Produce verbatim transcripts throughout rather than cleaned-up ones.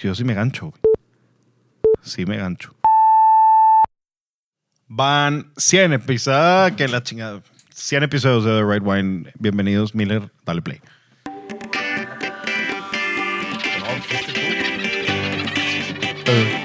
Porque yo sí me gancho, güey. Sí me gancho. Van cien episodios. Que la chingada. cien episodios de The Right Wine. Bienvenidos, Miller. Dale play. Uh.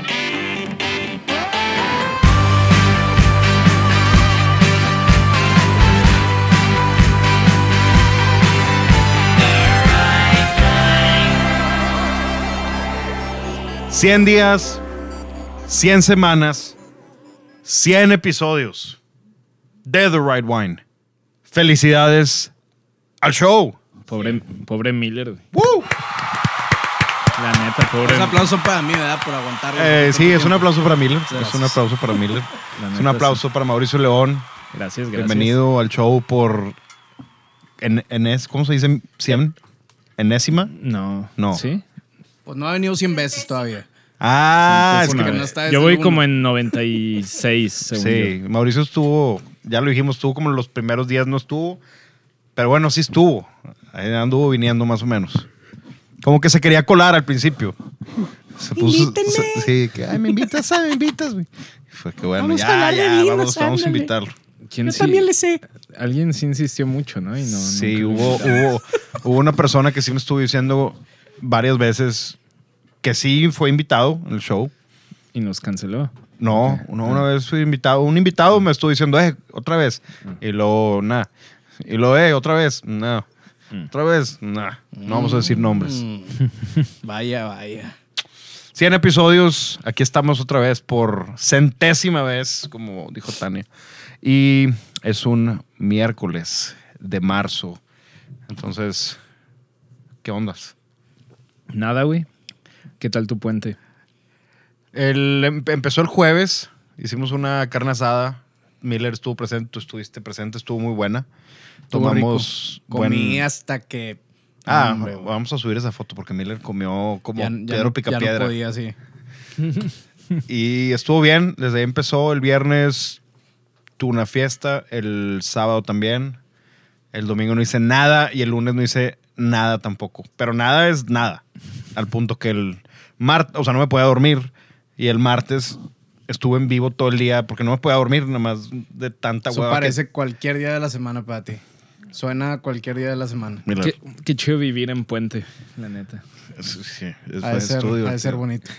cien días, cien semanas, cien episodios de The Right Wine. Felicidades al show. Pobre, pobre Miller. ¡Woo! La neta, pobre. Un aplauso para mí, ¿verdad? Por aguantarlo. Eh, sí, es un aplauso para Miller. Gracias. Es un aplauso para Miller. La Es un neta, aplauso sí. para Mauricio León. Gracias, gracias. Bienvenido al show por... En, enes, ¿Cómo se dice? ¿cien? ¿Enésima? No. No. ¿Sí? Pues no ha venido cien veces todavía. Ah, es Una que no vez. está desde Yo voy el uno. como en noventa y seis, según sí, yo. Mauricio estuvo, ya lo dijimos, estuvo como los primeros días no estuvo, pero bueno, sí estuvo. Ahí anduvo viniendo más o menos. Como que se quería colar al principio. Se puso, Invítenme. se- sí, que, ay, me invitas, ay, me invitas, güey. Y fue que bueno, Vamos a ya, hablar de ya, vinos, vamos, vamos a ándale. invitarlo. ¿Quién Yo sí? también le sé. Alguien sí insistió mucho, ¿no? Y no Sí, nunca hubo, lo invitaron. hubo, hubo una persona que sí me estuvo diciendo varias veces que sí fue invitado en el show. Y nos canceló. No, Ok. no, una vez fui invitado. Un invitado me estuvo diciendo, eh, otra vez. Y luego, nada. Y luego, eh, otra vez. No. Mm. Otra vez. Nada. No vamos a decir nombres. Mm. Vaya, vaya. cien episodios. Aquí estamos otra vez por centésima vez, como dijo Tania. Y es un miércoles de marzo. Entonces, ¿qué ondas? Nada, güey. ¿Qué tal tu puente? El, em- empezó el jueves. Hicimos una carne asada. Miller estuvo presente, tú estuviste presente, estuvo muy buena. Estuvo Tomamos rico. buen- Comí hasta que... Ah, Hombre, güey. vamos a subir esa foto porque Miller comió como ya, ya Pedro no, pica ya piedra. no podía, sí. Y estuvo bien, desde ahí empezó. El viernes tuve una fiesta, el sábado también. El domingo no hice nada y el lunes no hice nada tampoco. Pero nada es nada. Al punto que el martes, o sea, no me podía dormir. Y el martes estuve en vivo todo el día porque no me podía dormir nada más de tanta Eso hueva. que- parece cualquier día de la semana para ti. Suena a cualquier día de la semana. Miller. Qué, qué chido vivir en puente, la neta. Sí, sí, es, Ha de ser, estuvo ha de ser divertido. bonito.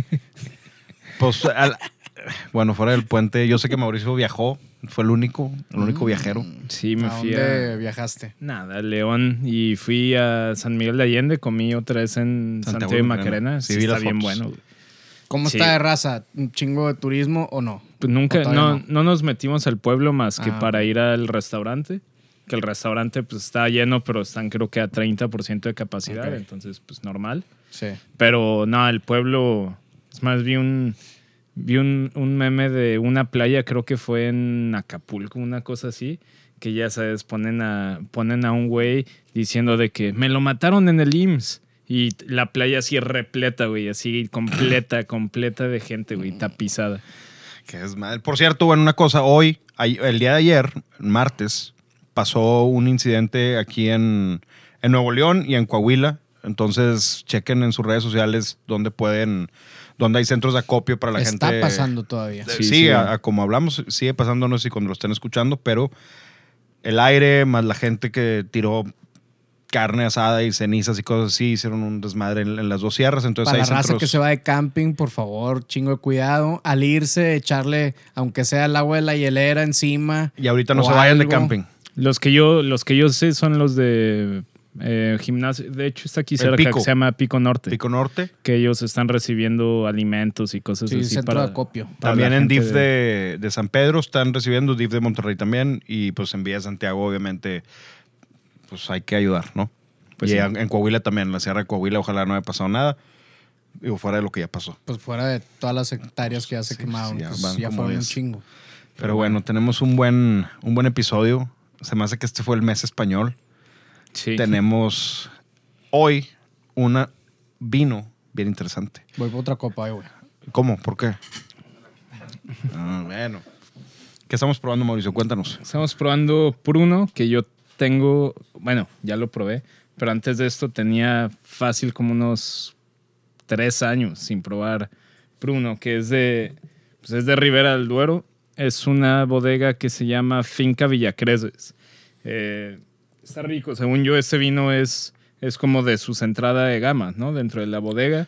Pues, al- bueno, fuera del puente, yo sé que Mauricio viajó, fue el único, el único viajero. Sí, me ¿A fui dónde a... viajaste? Nada, León. Y fui a San Miguel de Allende. Comí otra vez en Santiago Santiago de de Macarena. Macarena. Sí, Sí, vi está las bien fotos. bueno, güey. ¿Cómo Sí. está de raza? ¿Un chingo de turismo o no? Pues nunca, ¿O todavía no, no? no nos metimos al pueblo más que Ah, para ok. ir al restaurante. Que el restaurante pues está lleno, pero están creo que a treinta por ciento de capacidad. Ok. Entonces, pues normal. Sí. Pero no, el pueblo... Es más, vi un... Vi un, un meme de una playa, creo que fue en Acapulco, una cosa así, que ya sabes, ponen a, ponen a un güey diciendo de que me lo mataron en el I M S S. Y la playa así repleta, güey, así completa, completa de gente, güey, tapizada. Que es mal. Por cierto, bueno, una cosa, hoy, ay- el día de ayer, martes, pasó un incidente aquí en, en Nuevo León y en Coahuila. Entonces, chequen en sus redes sociales dónde pueden, dónde hay centros de acopio para la Está gente. pasando todavía. Sí, Sí, sí. a- a como hablamos, sigue pasando, no sé si cuando lo estén escuchando, pero el aire más la gente que tiró carne asada y cenizas y cosas así, hicieron un desmadre en, en las dos sierras. Entonces Para hay la raza centros- que se va de camping, por favor, chingo de cuidado. Al irse, echarle, aunque sea el agua de la hielera encima. Y ahorita no o se vayan de algo. camping. Los que yo, los que yo sé son los de eh, gimnasio. De hecho, está aquí El cerca, Pico. que se llama Pico Norte. Pico Norte. Que ellos están recibiendo alimentos y cosas Sí, así centro para de acopio. para También la en gente D I F de, de San Pedro están recibiendo, D I F de Monterrey también, y pues en Villa Santiago obviamente pues hay que ayudar, ¿no? Pues y sí. en, en Coahuila también, en la Sierra de Coahuila ojalá no haya pasado nada, digo, fuera de lo que ya pasó. Pues fuera de todas las hectáreas que ya se Sí, quemaron, sí, ya pues van ya como fueron un diez. chingo. Pero bueno, tenemos un buen, un buen episodio. Se me hace que este fue el mes español. Sí. Tenemos hoy una vino bien interesante. Voy por otra copa, eh, güey. ¿Cómo? ¿Por qué? Ah, bueno. ¿Qué estamos probando, Mauricio? Cuéntanos. Estamos probando Pruno, que yo tengo, bueno, ya lo probé, pero antes de esto tenía fácil como unos tres años sin probar Pruno, que es de, pues es de Ribera del Duero. Es una bodega que se llama Finca Villacreces. Eh, está rico. Según yo, este vino es, es como de su entrada de gama, ¿no? Dentro de la bodega.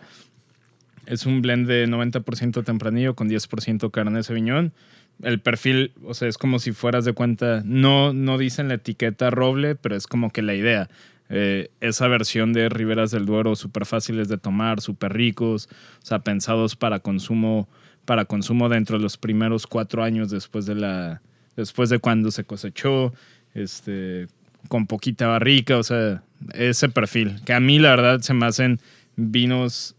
Es un blend de noventa por ciento tempranillo con diez por ciento Cabernet Sauvignon. El perfil, o sea, es como si fueras de cuenta, no, no dice en la etiqueta roble, pero es como que la idea. Eh, esa versión de Riberas del Duero súper fáciles de tomar, súper ricos, o sea, pensados para consumo, para consumo dentro de los primeros cuatro años después de, la, después de cuando se cosechó, este, con poquita barrica, o sea, ese perfil. Que a mí, la verdad, se me hacen vinos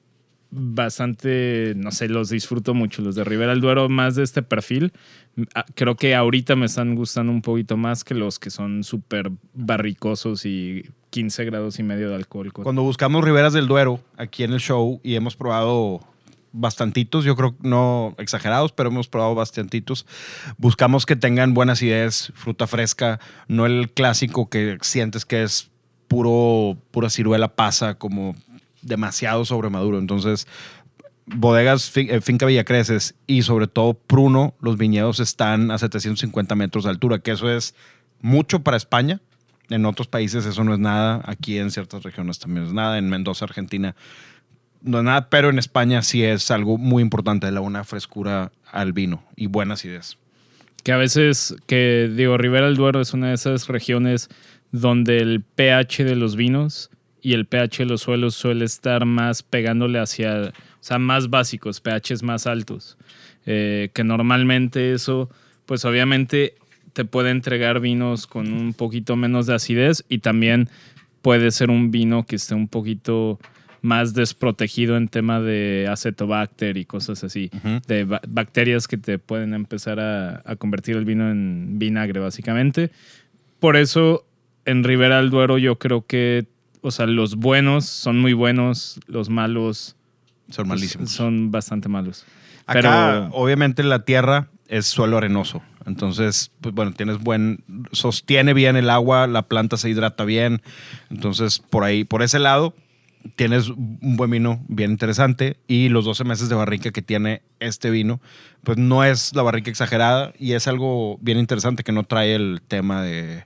bastante, no sé, los disfruto mucho. Los de Ribera del Duero, más de este perfil. Creo que ahorita me están gustando un poquito más que los que son súper barricosos y quince grados y medio de alcohol. Cuando buscamos Riberas del Duero aquí en el show y hemos probado bastantitos, yo creo no exagerados, pero hemos probado bastantitos, buscamos que tengan buena acidez, fruta fresca, no el clásico que sientes que es puro, pura ciruela pasa, como demasiado sobremaduro. Entonces, bodegas fin, Finca Villacreces y sobre todo Pruno, los viñedos están a setecientos cincuenta metros de altura, que eso es mucho para España. En otros países eso no es nada. Aquí en ciertas regiones también es nada. En Mendoza, Argentina, no es nada. Pero en España sí es algo muy importante, la buena frescura al vino y buena acidez. Que a veces, que digo, Ribera del Duero es una de esas regiones donde el pH de los vinos y el pH de los suelos suele estar más pegándole hacia, o sea, más básicos, pHs más altos. Eh, que normalmente eso, pues obviamente te puede entregar vinos con un poquito menos de acidez y también puede ser un vino que esté un poquito más desprotegido en tema de acetobacter y cosas así, uh-huh. de ba- bacterias que te pueden empezar a, a convertir el vino en vinagre, básicamente. Por eso, en Ribera del Duero yo creo que, o sea, los buenos son muy buenos, los malos son malísimos. Son bastante malos. Acá, pero, obviamente, la tierra es suelo arenoso. Entonces, pues bueno, tienes buen... sostiene bien el agua, la planta se hidrata bien. Entonces, por ahí, por ese lado, tienes un buen vino bien interesante. Y los doce meses de barrica que tiene este vino, pues no es la barrica exagerada y es algo bien interesante que no trae el tema de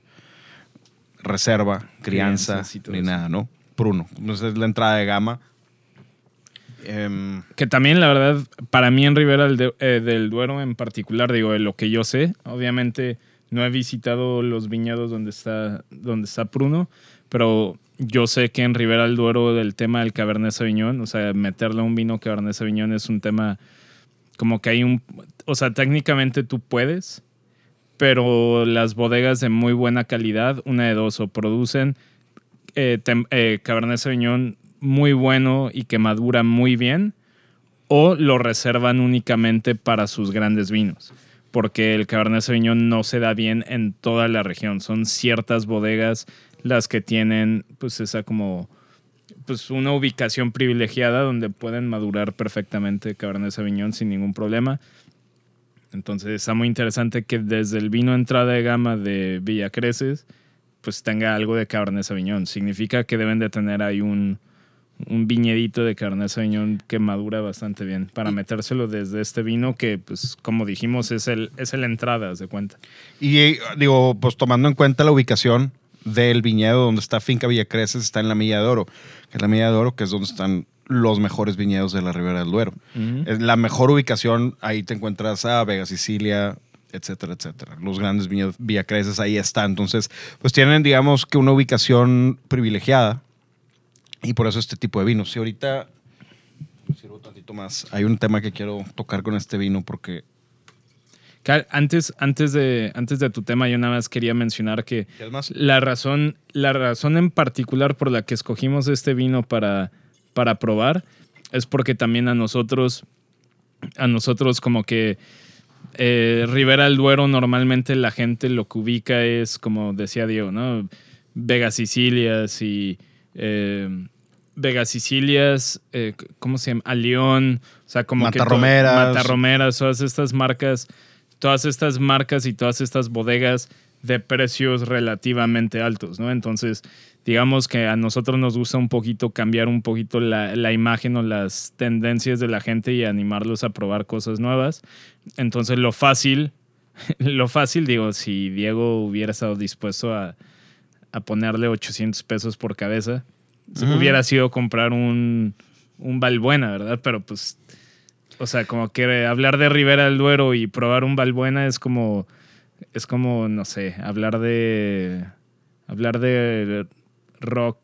reserva, crianza, ni eso. Nada, ¿no? Pruno. Entonces, es la entrada de gama. Um, que también, la verdad, para mí en Ribera del, de, eh, del Duero en particular, digo, de lo que yo sé, obviamente no he visitado los viñedos donde está, donde está Pruno, pero yo sé que en Ribera del Duero el tema del Cabernet Sauvignon, o sea, meterle a un vino Cabernet Sauvignon es un tema como que hay un... O sea, técnicamente tú puedes, pero las bodegas de muy buena calidad, una de dos, o producen eh, tem, eh, Cabernet Sauvignon muy bueno y que madura muy bien, o lo reservan únicamente para sus grandes vinos, porque el Cabernet Sauvignon no se da bien en toda la región. Son ciertas bodegas las que tienen pues esa como pues una ubicación privilegiada donde pueden madurar perfectamente Cabernet Sauvignon sin ningún problema. Entonces está muy interesante que desde el vino entrada de gama de Villacreces pues tenga algo de Cabernet Sauvignon. Significa que deben de tener ahí un un viñedito de Cabernet Sauvignon que madura bastante bien para metérselo desde este vino que, pues, como dijimos, es el, es el entrada, haz de cuenta. Y digo, pues tomando en cuenta la ubicación del viñedo donde está Finca Villacreces, está en la Milla de Oro, que es la Milla de Oro, que es donde están los mejores viñedos de la Ribera del Duero. Uh-huh. Es la mejor ubicación, ahí te encuentras a Vega Sicilia, etcétera, etcétera. Los grandes viñedos Villacreces ahí están. Entonces, pues tienen, digamos, que una ubicación privilegiada. Y por eso este tipo de vinos. Y ahorita, sirvo tantito más. Hay un tema que quiero tocar con este vino porque... Antes, antes, de, antes de tu tema, yo nada más quería mencionar que la razón, la razón en particular por la que escogimos este vino para, para probar es porque también a nosotros, a nosotros como que eh, Ribera del Duero normalmente la gente lo que ubica es, como decía Diego, ¿no? Vega Sicilias y... Eh, Vega Sicilias, eh, ¿cómo se llama? Alión, o sea, como Matarromeras. que to- Matarromeras, todas estas marcas, todas estas marcas y todas estas bodegas de precios relativamente altos, ¿no? Entonces, digamos que a nosotros nos gusta un poquito cambiar un poquito la, la imagen o las tendencias de la gente y animarlos a probar cosas nuevas. Entonces lo fácil, lo fácil, digo, si Diego hubiera estado dispuesto a, a ponerle ochocientos pesos por cabeza, uh-huh. hubiera sido comprar un, un Balbuena, ¿verdad? Pero pues, o sea, como que hablar de Ribera del Duero y probar un Balbuena es como, es como, no sé, hablar de, hablar de rock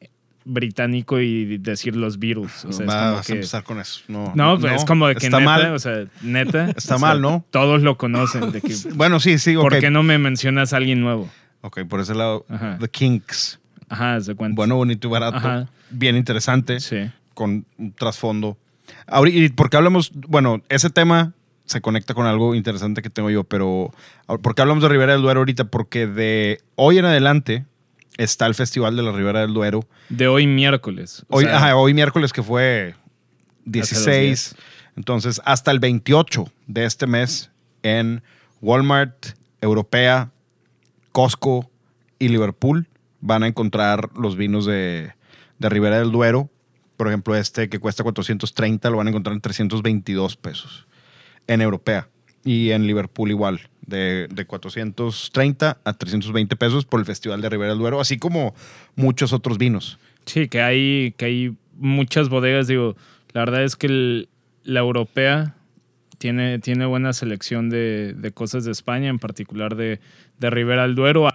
británico y decir los Beatles. O sea, Va, es como vas que, a empezar con eso. No, no, pues no, es como de que está neta, mal. o sea, neta. Está o mal, sea, ¿no? Todos lo conocen. De que, bueno, sí, sí, ok. ¿por qué no me mencionas a alguien nuevo? Ok, por ese lado, Ajá. The Kinks. Ajá, se cuenta. Bueno, bonito y barato. Ajá. Bien interesante. Sí. Con un trasfondo. Ahora, ¿y por qué hablamos? Bueno, ese tema se conecta con algo interesante que tengo yo, pero ¿por qué hablamos de Ribera del Duero ahorita? Porque de hoy en adelante está el Festival de la Ribera del Duero. De hoy miércoles. Hoy, sea, ajá, hoy miércoles, que fue dieciséis. Entonces, hasta el veintiocho de este mes en Walmart, Europea, Costco y Liverpool van a encontrar los vinos de, de Ribera del Duero. Por ejemplo, este que cuesta cuatrocientos treinta lo van a encontrar en trescientos veintidós pesos en Europea. Y en Liverpool igual, de, de cuatrocientos treinta a trescientos veinte pesos por el Festival de Ribera del Duero, así como muchos otros vinos. Sí, que hay, que hay muchas bodegas. Digo, la verdad es que el, la Europea tiene, tiene buena selección de, de cosas de España, en particular de, de Ribera del Duero.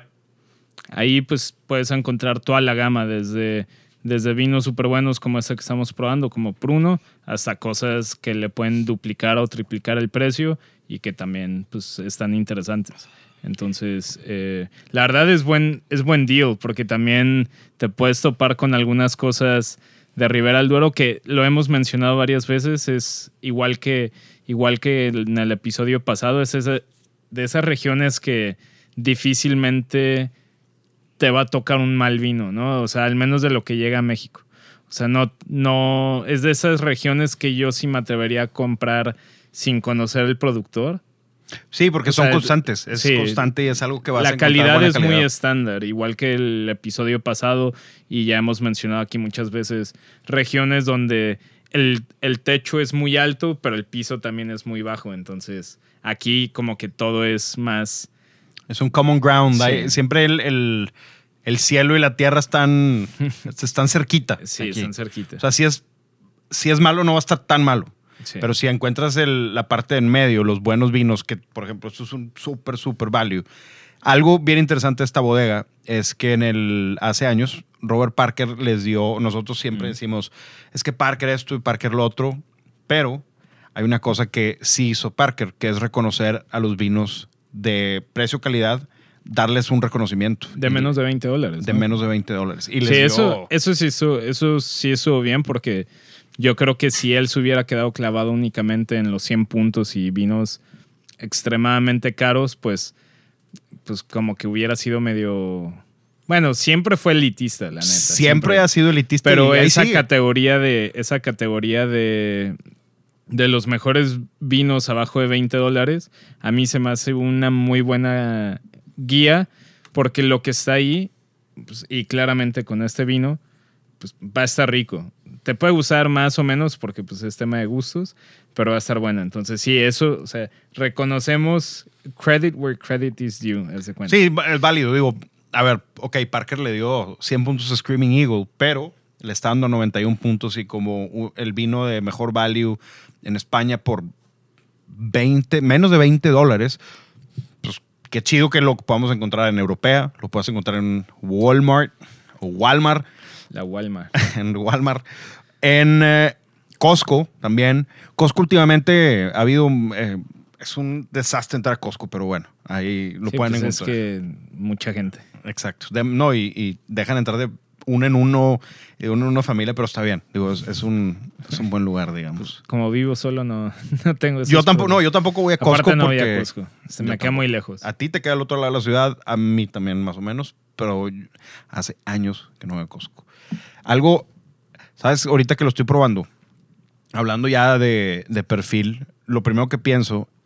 Ahí pues puedes encontrar toda la gama, desde, desde vinos súper buenos como este que estamos probando, como Pruno, hasta cosas que le pueden duplicar o triplicar el precio y que también pues, están interesantes. Entonces, eh, la verdad es buen, es buen deal, porque también te puedes topar con algunas cosas de Ribera del Duero que lo hemos mencionado varias veces. Es igual que, igual que en el episodio pasado, es esa, de esas regiones que difícilmente te va a tocar un mal vino, ¿no? O sea, al menos de lo que llega a México. O sea, no, no es de esas regiones que yo sí me atrevería a comprar sin conocer el productor. Sí, porque O son sea, constantes. Es sí, constante y es algo que vas a la encontrar calidad buena es calidad. muy estándar, igual que el episodio pasado, y ya hemos mencionado aquí muchas veces regiones donde el, el techo es muy alto, pero el piso también es muy bajo. Entonces, aquí como que todo es más... Es un common ground. Sí. Hay, siempre el, el, el cielo y la tierra están, están cerquita. Sí, aquí. están cerquita. O sea, si es, si es malo, no va a estar tan malo. Sí. Pero si encuentras el, la parte en medio, los buenos vinos, que por ejemplo, esto es un súper, súper value. Algo bien interesante de esta bodega es que en el, hace años Robert Parker les dio, nosotros siempre mm. decimos, es que Parker esto y Parker lo otro, pero hay una cosa que sí hizo Parker, que es reconocer a los vinos de precio-calidad, darles un reconocimiento. De menos de veinte dólares. De ¿no? menos de veinte dólares. Y les sí, dio... eso, eso, sí estuvo, eso sí estuvo bien, porque yo creo que si él se hubiera quedado clavado únicamente en los cien puntos y vinos extremadamente caros, pues, pues como que hubiera sido medio... Bueno, siempre fue elitista, la neta. Siempre, siempre ha sido elitista. Pero y ahí esa sigue. categoría de esa categoría de, de los mejores vinos abajo de veinte dólares, a mí se me hace una muy buena guía, porque lo que está ahí, pues, y claramente con este vino, pues va a estar rico. Te puede gustar más o menos porque pues es tema de gustos, pero va a estar bueno. Entonces sí, eso, o sea, reconocemos credit where credit is due, haz de cuenta. Sí, es válido. Digo, a ver, ok, Parker le dio cien puntos a Screaming Eagle, pero le está dando noventa y uno puntos y como el vino de mejor value en España por veinte, menos de veinte dólares, pues qué chido que lo podamos encontrar en Europea, lo puedes encontrar en Walmart o Walmart. La Walmart. En Walmart. En eh, Costco también. Costco últimamente ha habido... Eh, es un desastre entrar a Costco, pero bueno, ahí lo sí, pueden pues encontrar. Es que mucha gente. Exacto. De, no, y, y dejan entrar de uno en uno, de uno en una familia, pero está bien. Digo, es, es, un, es un buen lugar, digamos. Como vivo solo, no, no tengo esos Yo tampoco, problemas. no, yo tampoco voy a Costco. Aparte no porque voy a Costco. Se me queda tampoco. muy lejos. A ti te queda al otro lado de la ciudad, a mí también más o menos, pero hace años que no voy a Costco. Algo, ¿sabes? Ahorita que lo estoy probando, hablando ya de, de perfil, lo primero que pienso,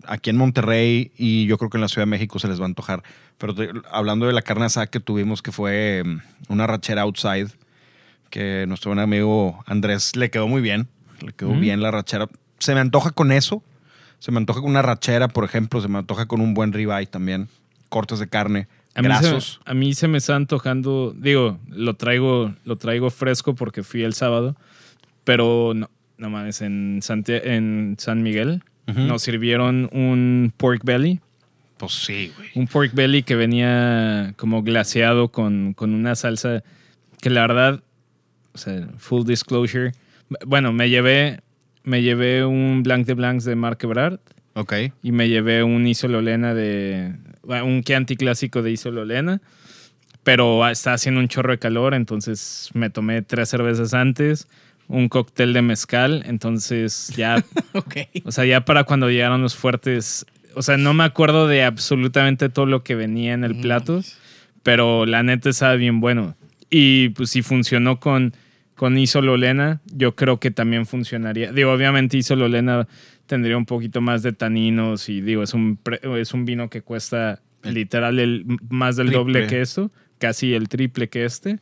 aquí en Monterrey y yo creo que en la Ciudad de México se les va a antojar. Pero te, hablando de la carne asada que tuvimos, que fue una rachera outside, que nuestro buen amigo Andrés le quedó muy bien. Le quedó mm. bien la rachera. Se me antoja con eso. Se me antoja con una rachera, por ejemplo. Se me antoja con un buen ribeye también. Cortes de carne, a grasos. Mí se, a mí se me está antojando, digo, lo traigo, lo traigo fresco porque fui el sábado, pero no, no mames, en, Santi- en San Miguel uh-huh. nos sirvieron un pork belly. Pues sí, güey. Un pork belly que venía como glaseado con, con una salsa que la verdad, o sea, full disclosure, bueno, me llevé, me llevé un Blanc de Blancs de Marc Ebrard. Ok. Y me llevé un Isololena de... un Chianti clásico de Isololena. Pero está haciendo un chorro de calor, entonces me tomé tres cervezas antes, un cóctel de mezcal, entonces ya... okay. O sea, ya para cuando llegaron los fuertes... O sea, no me acuerdo de absolutamente todo lo que venía en el plato, mm. pero la neta estaba bien bueno. Y pues si funcionó con, con Isololena, yo creo que también funcionaría. Digo, obviamente Isololena tendría un poquito más de taninos y digo, es un, pre, es un vino que cuesta el literal el, más del triple. doble que esto, casi el triple que este,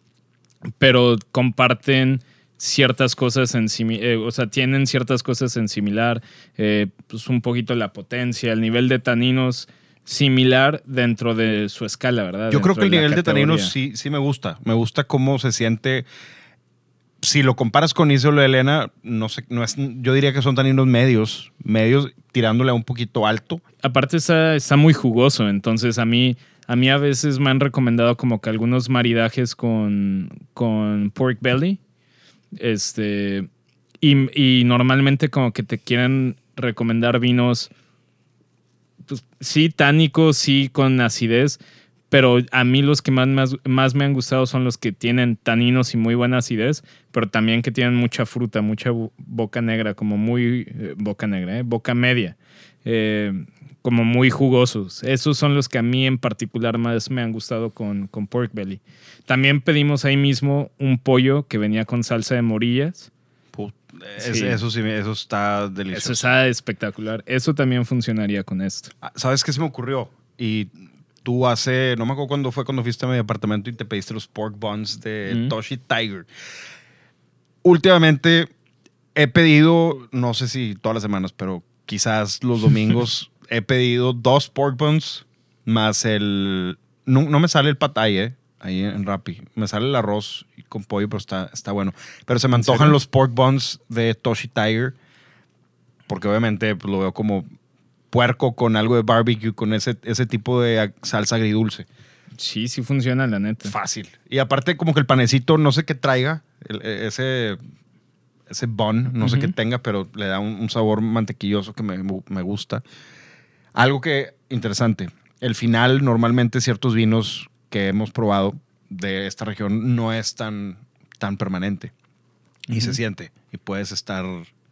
pero comparten ciertas cosas en similar, eh, o sea, tienen ciertas cosas en similar, eh, pues un poquito la potencia, el nivel de taninos similar dentro de su escala, ¿verdad? Yo dentro creo que el de nivel de categoría. taninos sí, sí me gusta, me gusta cómo se siente. Si lo comparas con Isololena, no sé, no es, yo diría que son taninos medios, medios tirándole a un poquito alto. Aparte está, está muy jugoso, entonces a mí, a mí a veces me han recomendado como que algunos maridajes con, con pork belly, este, y, y normalmente como que te quieren recomendar vinos, pues sí tánicos, sí con acidez, pero a mí los que más, más, más me han gustado son los que tienen taninos y muy buena acidez, pero también que tienen mucha fruta, mucha boca negra, como muy... Eh, boca negra, ¿eh? Boca media. Eh, como muy jugosos. Esos son los que a mí en particular más me han gustado con, con pork belly. También pedimos ahí mismo un pollo que venía con salsa de morillas. Put, es, sí. Eso sí, eso está delicioso. Eso está espectacular. Eso también funcionaría con esto. ¿Sabes qué se me ocurrió? Y... Tú hace, no me acuerdo cuándo fue cuando fuiste a mi departamento y te pediste los pork buns de mm. Toshi Tiger. Últimamente he pedido, no sé si todas las semanas, pero quizás los domingos he pedido dos pork buns más el... No, no me sale el pad thai, ¿eh? Ahí en Rappi. Me sale el arroz con pollo, pero está, está bueno. Pero se me antojan los pork buns de Toshi Tiger porque obviamente pues, lo veo como... puerco con algo de barbecue, con ese, ese tipo de salsa agridulce. Sí, sí funciona, la neta. Fácil. Y aparte como que el panecito, no sé qué traiga, el, ese, ese bun, no uh-huh. sé qué tenga, pero le da un, un sabor mantequilloso que me, me gusta. Algo que, interesante, el final, normalmente ciertos vinos que hemos probado de esta región no es tan, tan permanente. Uh-huh. Y se siente. Y puedes estar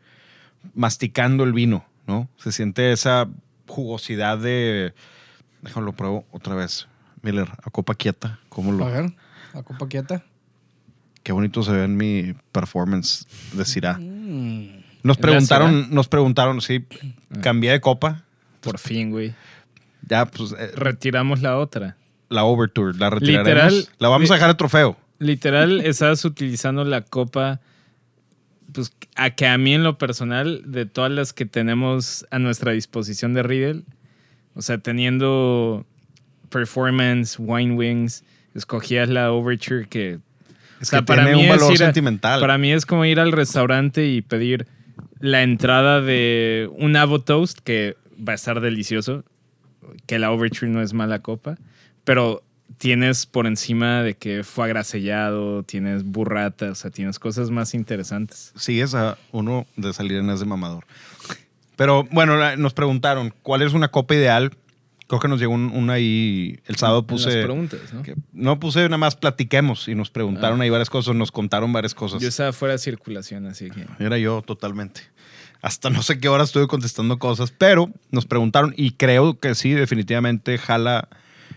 masticando el vino, ¿no? Se siente esa jugosidad de... Déjalo pruebo otra vez. Miller, a copa quieta. ¿Cómo lo...? A ver, a copa quieta. Qué bonito se ve en mi performance de Syrah. Mm. Nos preguntaron, nos preguntaron, sí, ah. cambié de copa. Por fin, güey. Ya, pues... Eh, retiramos la otra. La Overture, la retiraremos. Literal, la vamos a dejar de trofeo. Literal, estás utilizando la copa... Pues a que a mí en lo personal, de todas las que tenemos a nuestra disposición de Riedel, o sea, teniendo Performance, Wine Wings, escogías la Overture que... Es o sea, que para tiene mí un valor a, sentimental. Para mí es como ir al restaurante y pedir la entrada de un Avo Toast, que va a estar delicioso, que la Overture no es mala copa, pero... tienes por encima de que foie gras sellado, tienes burrata, o sea, tienes cosas más interesantes. Sí, es a uno de salir en ese mamador. Pero bueno, nos preguntaron, ¿cuál es una copa ideal? Creo que nos llegó una un ahí, el sábado puse... En las preguntas, ¿no? Que, no puse nada más platiquemos y nos preguntaron ah. ahí varias cosas, nos contaron varias cosas. Yo estaba fuera de circulación, así que... Era yo totalmente. Hasta no sé qué hora estuve contestando cosas, pero nos preguntaron y creo que sí, definitivamente jala...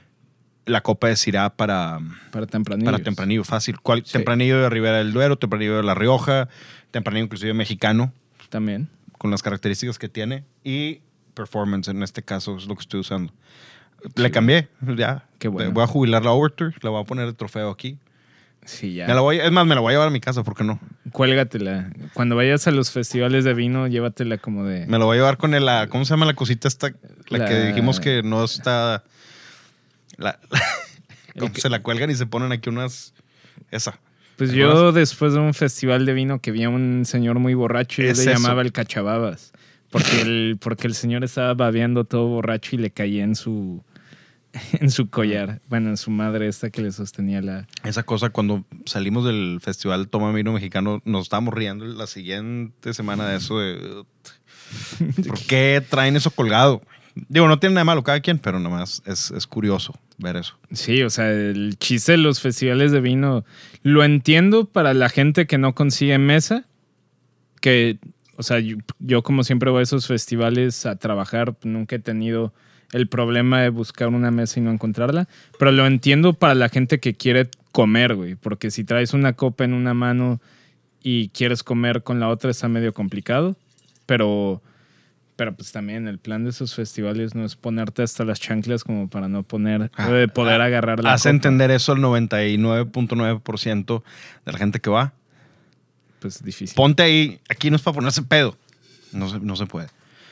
la copa de Syrah para... Para tempranillo. Para tempranillo, fácil. ¿Cuál? Sí. Tempranillo de Ribera del Duero, tempranillo de La Rioja, tempranillo inclusive mexicano. También. Con las características que tiene. Y Performance, en este caso, es lo que estoy usando. Le cambié, ya. Qué bueno. Voy a jubilar la Overture, la voy a poner de trofeo aquí. Sí, ya. Me la voy, es más, me la voy a llevar a mi casa, ¿por qué no? Cuélgatela. Cuando vayas a los festivales de vino, llévatela como de... Me la voy a llevar con el, la, ¿cómo se llama la cosita esta? La, La- que dijimos que no está... La, como El que- se la cuelgan y se ponen aquí unas... Esa. Pues ¿Te yo acuerdas? después de un festival de vino que vi a un señor muy borracho y yo Es le eso. llamaba el cachababas. Porque el, porque el señor estaba babeando todo borracho y le caía en su, en su collar. Bueno, en su madre esta que le sostenía la... Esa cosa, cuando salimos del Festival Toma Vino Mexicano, nos estábamos riendo la siguiente semana de eso de... ¿Por qué traen eso colgado? Digo, no tiene nada de malo cada quien, pero nada más es, es curioso ver eso. Sí, o sea, el chiste de los festivales de vino lo entiendo para la gente que no consigue mesa, que, o sea, yo, yo como siempre voy a esos festivales a trabajar, nunca he tenido el problema de buscar una mesa y no encontrarla, pero lo entiendo para la gente que quiere comer, güey, porque si traes una copa en una mano y quieres comer con la otra está medio complicado, pero... Pero pues también el plan de esos festivales no es ponerte hasta las chanclas como para no poner, Ah, eh, poder ah, agarrar la Hace copa. entender eso al noventa y nueve punto nueve por ciento de la gente que va. Pues difícil. Ponte ahí, aquí no es para ponerse pedo. No se, no se puede.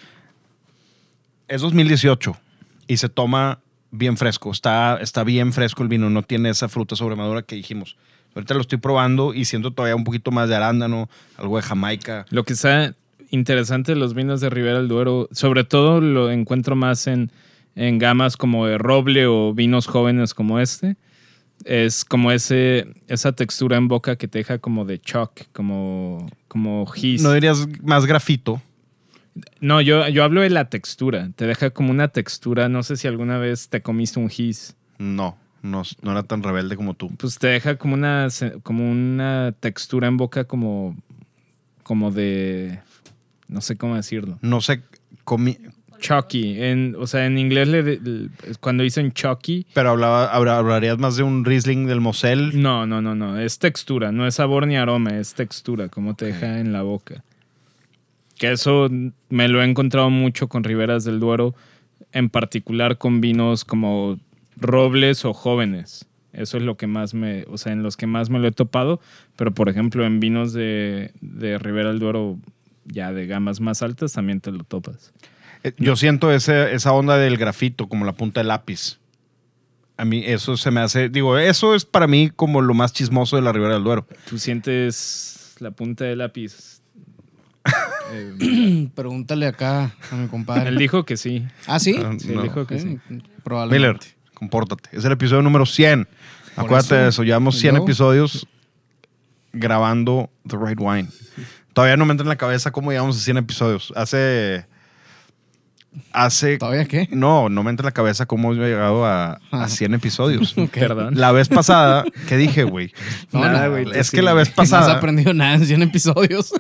Es dos mil dieciocho y se toma bien fresco. Está, está bien fresco el vino, no tiene esa fruta sobremadura que dijimos. Ahorita lo estoy probando y siento todavía un poquito más de arándano, algo de Jamaica. Lo que está interesante de los vinos de Ribera del Duero, sobre todo lo encuentro más en, en gamas como de roble o vinos jóvenes como este, es como ese, esa textura en boca que te deja como de chalk, como, como gis. No dirías más grafito. No, yo, yo hablo de la textura. Te deja como una textura. No sé si alguna vez te comiste un gis. No, no, no era tan rebelde como tú. Pues te deja como una, como una textura en boca como, como de... No sé cómo decirlo. No sé, comí, Chalky. En, o sea, en inglés le, le- cuando dicen chalky, pero hablaba, habla- hablarías más de un Riesling del Mosel. no, no, no, no. Es textura. No es sabor ni aroma. Es textura. Como te deja en la boca. Que eso me lo he encontrado mucho con Riberas del Duero. En particular con vinos como robles o jóvenes. Eso es lo que más me... O sea, en los que más me lo he topado. Pero, por ejemplo, en vinos de, de Ribera del Duero... ya de gamas más altas también te lo topas. Eh, Yo siento ese, esa onda del grafito, como la punta del lápiz. A mí eso se me hace... Digo, eso es para mí como lo más chismoso de la Ribera del Duero. ¿Tú sientes la punta del lápiz? Eh, Pregúntale acá a mi compadre. él dijo que sí. ¿Ah, sí? Ah, Sí, no. él dijo que sí. Eh, Probablemente. Miller, compórtate. Es el episodio número cien. Por Acuérdate eso, de eso. Llevamos cien yo- episodios grabando The Right Wine. Todavía no me entra en la cabeza cómo llegamos a cien episodios. Hace... Hace... ¿Todavía qué? No, no me entra en la cabeza cómo hemos llegado a, a cien episodios. Ok. Perdón. La vez pasada, ¿qué dije, güey? No, Nada, no, güey, tú Es que sí. la vez No has pasada... aprendido nada en cien episodios.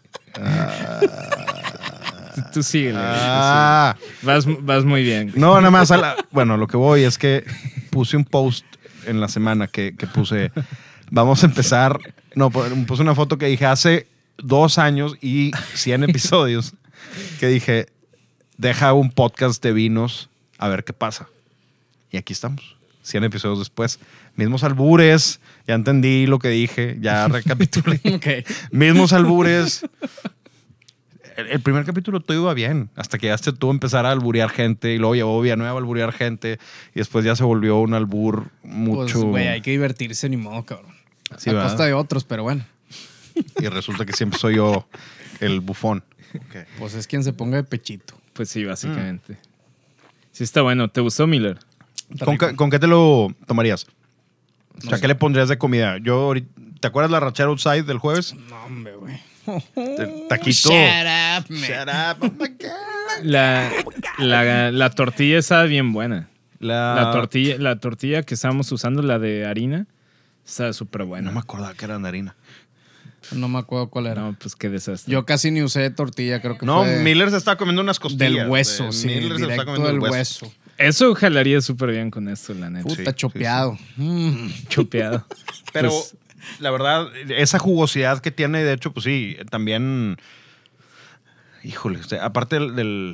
Tú síguele. güey, tú Ah, síguele. Vas, vas muy bien. no, nada más. A la- bueno, lo que voy es que puse un post en la semana que, que puse. Vamos a empezar. No, puse una foto que dije hace dos años y cien episodios. Que dije, deja un podcast de vinos a ver qué pasa. Y aquí estamos, cien episodios después. Mismos albures, ya entendí lo que dije, ya recapitulé. Ok. Mismos albures. El, el primer capítulo todo iba bien, hasta que llegaste tú a empezar a alburear gente y luego llegó Villanueva a alburear gente y después ya se volvió un albur mucho. Pues, güey, hay que divertirse ni modo, cabrón. Sí, a ¿verdad? costa de otros, pero bueno. Y resulta que siempre soy yo el bufón. Okay. Pues es quien se ponga de pechito. Pues sí, básicamente. Sí está bueno. ¿Te gustó, Miller? Está ¿Con, rico. qué- con qué te lo tomarías? O sea, No ¿qué sé. le pondrías de comida? Yo ahorita- ¿te acuerdas la rachera outside del jueves? No, hombre, güey. Te- taquito. Shut up, man. Shut up. Oh my God. La, la, la tortilla estaba bien buena. La, La tortilla, la tortilla que estábamos usando, la de harina, estaba súper buena. No me acordaba que era de harina. No me acuerdo cuál era. No, pues qué desastre. Yo casi ni usé tortilla, creo que No, fue Miller se estaba comiendo unas costillas. del hueso, Eh, sí, Miller se está directo comiendo del el hueso. hueso. Eso jalaría súper bien con esto, la neta. Puta, sí, chopeado. Mm. Chopeado. Pero Pues, la verdad, esa jugosidad que tiene, de hecho, pues sí, también. Híjole, o sea, aparte del, del,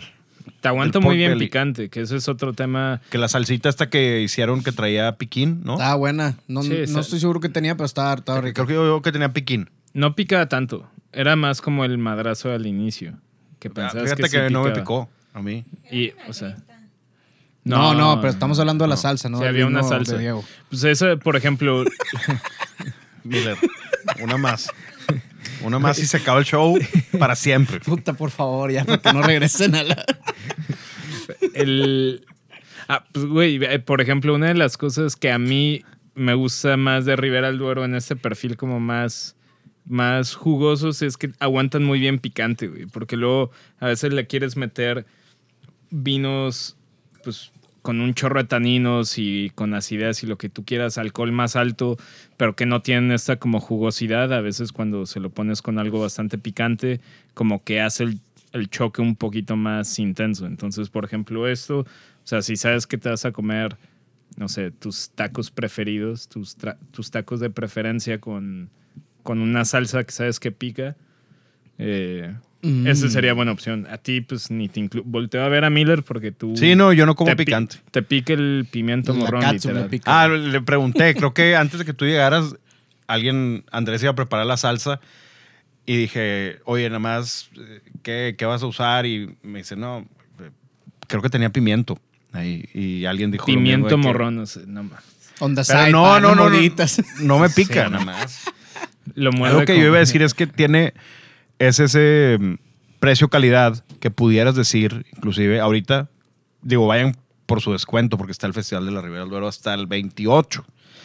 Te aguanta el muy pork bien belly. picante, que ese es otro tema. Que la salsita esta que hicieron que traía piquín, ¿no? Estaba buena. No, Sí, no está- estoy seguro que tenía, pero estaba, estaba rico. Creo que yo que tenía piquín. No pica tanto. Era más como el madrazo al inicio. Que Ah, pensabas Fíjate que, que, sí no me picaba. picó a mí. Y, o sea... No, no, pero estamos hablando de la no. salsa, ¿no? Sí, Del había una vino salsa. de Diego. Pues eso, por ejemplo, Miller, una más. Una más y se acaba el show para siempre. Puta, por favor, ya, para que no regresen a la... el... Ah, pues, güey, eh, por ejemplo, una de las cosas que a mí me gusta más de Ribera del Duero en este perfil como más, más jugosos es que aguantan muy bien picante, güey. Porque luego a veces le quieres meter vinos, pues, con un chorro de taninos y con acidez y lo que tú quieras, alcohol más alto, pero que no tienen esta como jugosidad. A veces cuando se lo pones con algo bastante picante, como que hace el, el choque un poquito más intenso. Entonces, por ejemplo, esto, o sea, si sabes que te vas a comer, no sé, tus tacos preferidos, tus, tra- tus tacos de preferencia con, con una salsa que sabes que pica, eh, Mm. esa sería buena opción. A ti, pues, ni te incluyo. Volteo a ver a Miller porque tú... Sí, no, yo no como te pi- picante. Te pica el pimiento La morrón, catsup literal. le pica. Ah, le pregunté, creo que antes de que tú llegaras, alguien, Andrés iba a preparar la salsa y dije, oye, nada más, eh, ¿qué, qué vas a usar? Y me dice, no, eh, creo que tenía pimiento. Ahí, y alguien dijo lo mismo Pimiento de que- morrón, no sé, no más. On the Pero side, no, pa, no, no, no, morditas. no me pica, Sí, nada más. Lo muerde Algo que con- yo iba a decir es que tiene, es ese mm, precio-calidad que pudieras decir, inclusive ahorita, digo, vayan por su descuento porque está el Festival de la Ribera del Duero hasta el veintiocho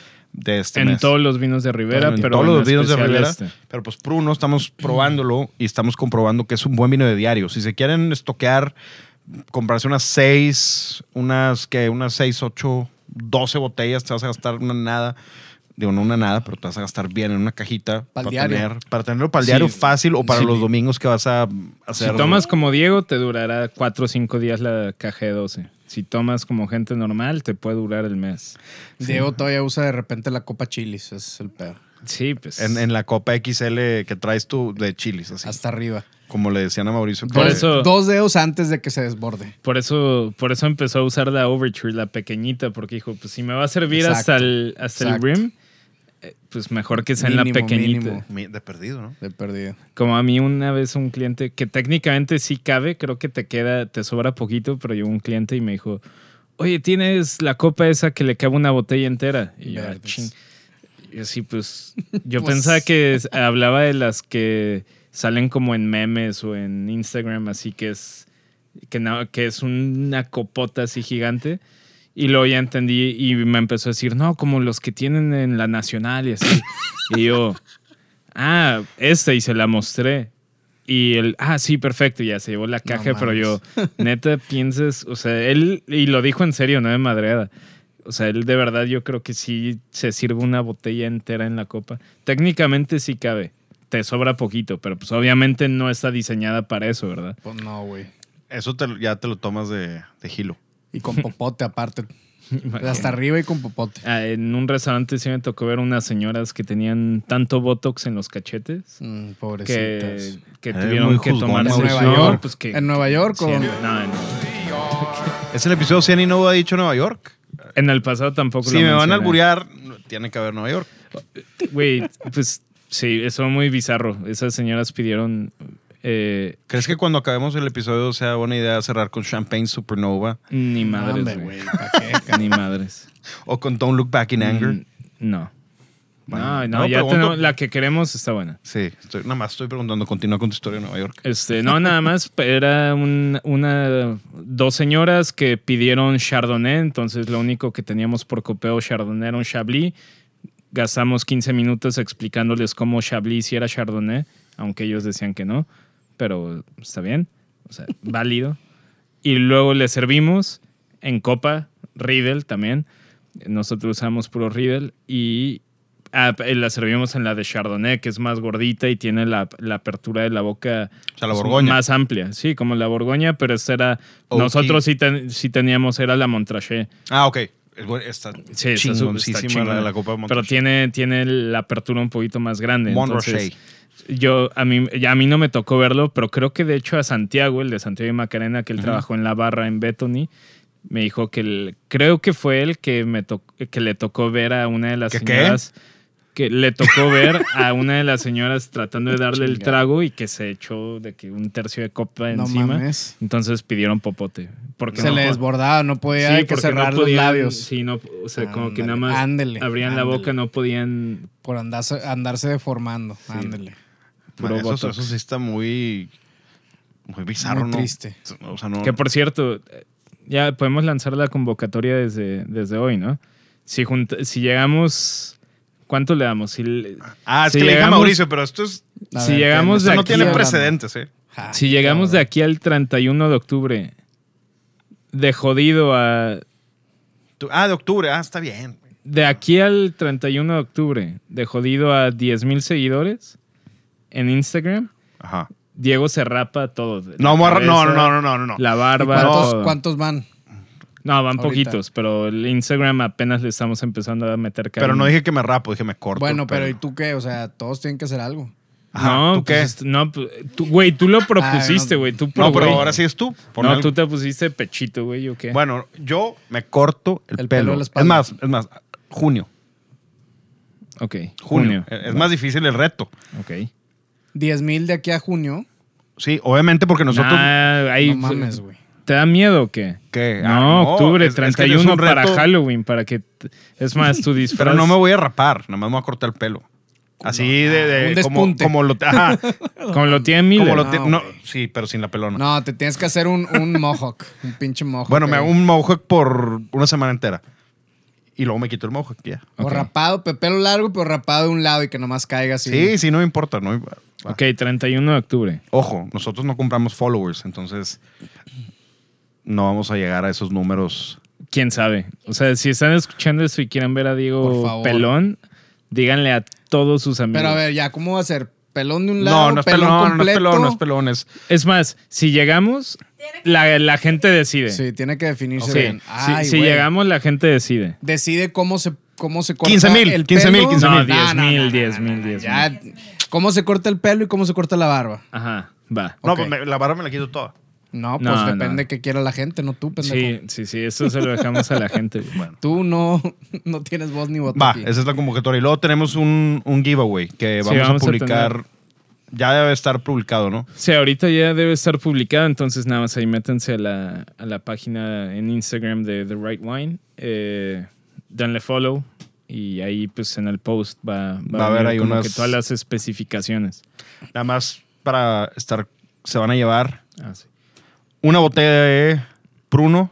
de este en mes. todos los vinos de Ribera, En pero todos en los vinos de especial Ribera. este. Pero pues Pruno estamos probándolo y estamos comprobando que es un buen vino de diario. Si se quieren estoquear, comprarse unas seis, unas que unas seis, ocho, doce botellas, te vas a gastar una nada. Digo, no una nada, pero te vas a gastar bien en una cajita Pa'l para diario. tener, para tenerlo para el Sí. diario fácil o para Sí. los domingos que vas a hacer. Si tomas como Diego, te durará cuatro o cinco días la caja de doce. Si tomas como gente normal, te puede durar el mes. Diego todavía usa de repente la copa chilis, ese es el pedo. Sí, pues. en, en la copa X L que traes tú de chilis, así. Hasta arriba. Como le decían a Mauricio. Por que- eso- Dos dedos antes de que se desborde. Por eso, por eso empezó a usar la Overture, la pequeñita, porque dijo, pues si me va a servir Exacto. hasta el, hasta el Exacto. rim, eh, pues mejor que sea en la Mínimo, pequeñita. mínimo. Mi- De perdido, ¿no? De perdido. Como a mí una vez un cliente, que técnicamente sí cabe, creo que te queda, te sobra poquito, pero llegó un cliente y me dijo, oye, ¿tienes la copa esa que le cabe una botella entera? Y yo, "Ah, Verdes. ching". Y así pues, yo Pues- pensaba que es- hablaba de las que salen como en memes o en Instagram, así que es, que, no, que es una copota así gigante. Y luego ya entendí y me empezó a decir, no, como los que tienen en la Nacional y así. Y yo, ah, esta, y se la mostré. Y él, ah, sí, perfecto, y ya se llevó la caja, No pero yo, mames. neta, piensas, o sea, él, y lo dijo en serio, no de madreada. O sea, él de verdad yo creo que sí se sirve una botella entera en la copa. Técnicamente sí cabe, te sobra poquito, pero pues obviamente no está diseñada para eso, ¿verdad? Pues no, güey. Eso te- ya te lo tomas de, de gilo. Y con popote aparte. Hasta arriba y con popote. Ah, en un restaurante sí me tocó ver unas señoras que tenían tanto botox en los cachetes Mm, que, pobrecitas. que Eres tuvieron muy que juzgón, tomarse En Mauricio. Nueva No, York. pues que- En Nueva York. Sí, o- en- no, en, ¿Es el episodio cien y no ha dicho Nueva York? en el pasado tampoco Si lo me van a mencioné. alburear, tiene que haber Nueva York. Güey, pues sí, eso muy bizarro. Esas señoras pidieron... eh, ¿Crees que cuando acabemos el episodio sea buena idea cerrar con Champagne Supernova ni madres, Hombre, güey. güey. ¿Para qué, cabrón? Ni madres. o con Don't Look Back in Anger? Mm, no. Bueno, no, no, no, ya pregunto- tenemos... La que queremos está buena. Sí, estoy, nada más estoy preguntando. Continúa con tu historia de Nueva York. Este, no, nada más era un- una dos señoras que pidieron Chardonnay, entonces lo único que teníamos por copeo Chardonnay era un Chablis. Gastamos quince minutos explicándoles cómo Chablis sí era Chardonnay, aunque ellos decían que no, pero está bien, o sea, válido. Y luego le servimos en copa Riedel también. Nosotros usamos puro Riedel y ah, la servimos en la de Chardonnay, que es más gordita y tiene la, la apertura de la boca O sea, la pues, Borgoña. más amplia. Sí, como la Borgoña, pero esta era... Oaky. Nosotros sí, ten- sí teníamos, era la Montrachet. Ah, ok. Es bu- Está Sí, está su- está chingoncísima chingona. la, la copa de Pero Montrachet. tiene, tiene la apertura un poquito más grande. Montrachet. Entonces, Yo, a mí, ya a mí no me tocó verlo, pero creo que de hecho a Santiago, el de Santiago y Macarena, que él uh-huh. trabajó en la barra en Bethany, me dijo que el, creo que fue él que, me to, que le tocó ver a una de las ¿Qué, señoras... Qué? Que le tocó ver a una de las señoras tratando de darle el trago y que se echó de que un tercio de copa no encima. Mames. Entonces pidieron popote. Porque se no, le desbordaba, no podía sí, que cerrar no podían, los labios. Sí, no, o sea, ándale, como que nada más ándele, abrían ándele. la boca, no podían... Por andarse, andarse deformando, sí. Ándele. Bueno, eso, eso sí está muy, muy bizarro, muy ¿no? triste. O sea, no... Que por cierto, ya podemos lanzar la convocatoria desde, desde hoy, ¿no? Si, junta, si llegamos... ¿Cuánto le damos? Si, ah, es si que llegamos, le dije a Mauricio, pero esto es... Si ver, llegamos esto de no aquí tiene a, precedentes, ¿eh? Ay, si llegamos de aquí al treinta y uno de octubre, de jodido a... Ah, de octubre, ah, está bien. De aquí al treinta y uno de octubre, de jodido a diez mil seguidores en Instagram, ajá. Diego se rapa todo. No, cabeza, no, no, no, no, no. La barba. ¿Cuántos, todo. ¿Cuántos van? No, van ahorita. Poquitos, pero el Instagram apenas le estamos empezando a meter cariño. Pero no dije que me rapo, dije me corto. Bueno, pero, pero ¿y tú qué? O sea, todos tienen que hacer algo. Ajá, no, ¿tú pues, qué? No, güey, tú, tú lo propusiste, güey. Ah, no, no, pero ahora sí es tú. No, algo. Tú te pusiste pechito, güey, ¿o qué? Bueno, yo me corto el, el pelo. pelo es más, es más, junio. Ok, junio. junio. Es más difícil el reto. Ok. diez mil de aquí a junio. Sí, obviamente porque nosotros... Nah, ahí, no mames, güey. ¿Te da miedo o qué? ¿Qué? No, ah, no octubre, es, treinta y uno es que para reto... Halloween, para que... Es más, tu disfraz... Pero no me voy a rapar, nada más me voy a cortar el pelo. Así no, de, de... un como, despunte. como lo... Ajá. Como lo tiene Miller. Como lo no, no, sí, pero sin la pelona. No, te tienes que hacer un, un mohawk. Un pinche mohawk. Bueno, me hago un mohawk por una semana entera. Y luego me quito el mohawk, ya. O okay. rapado, pelo largo, pero rapado de un lado y que nomás caiga así. Sí, sí, no me importa. No, ok, treinta y uno de octubre. Ojo, nosotros no compramos followers, entonces no vamos a llegar a esos números. ¿Quién sabe? O sea, si están escuchando esto y quieren ver a Diego pelón, díganle a todos sus amigos. Pero a ver, ya, ¿cómo va a ser? ¿Pelón de un lado? No, no es pelón, pelón, completo? no es pelón, no es pelón. Es, es más, si llegamos, la, la gente decide. Sí, tiene que definirse sí. bien. Ay, si, si llegamos, la gente decide. Decide cómo se, cómo se corta quince mil, el quince pelo. mil, quince no, mil. diez mil, diez mil, diez mil. ¿Cómo se corta el pelo y cómo se corta la barba? Ajá, va. No, okay. pues me, la barba me la quito toda. No, pues no, depende no. que quiera la gente, no tú, pendejo. Sí, sí, sí, eso se lo dejamos a la gente. Bueno. Tú no, no tienes voz ni voto. Va, aquí. esa es la convocatoria. Y luego tenemos un, un giveaway que vamos, sí, vamos a publicar. A ya debe estar publicado, ¿no? Sí, ahorita ya debe estar publicado, entonces nada más ahí métanse a la, a la página en Instagram de The Right Wine, eh, denle follow y ahí pues en el post va, va, va a haber ahí como unas... que todas las especificaciones. Nada más para estar, se van a llevar ah, sí. una botella de Pruno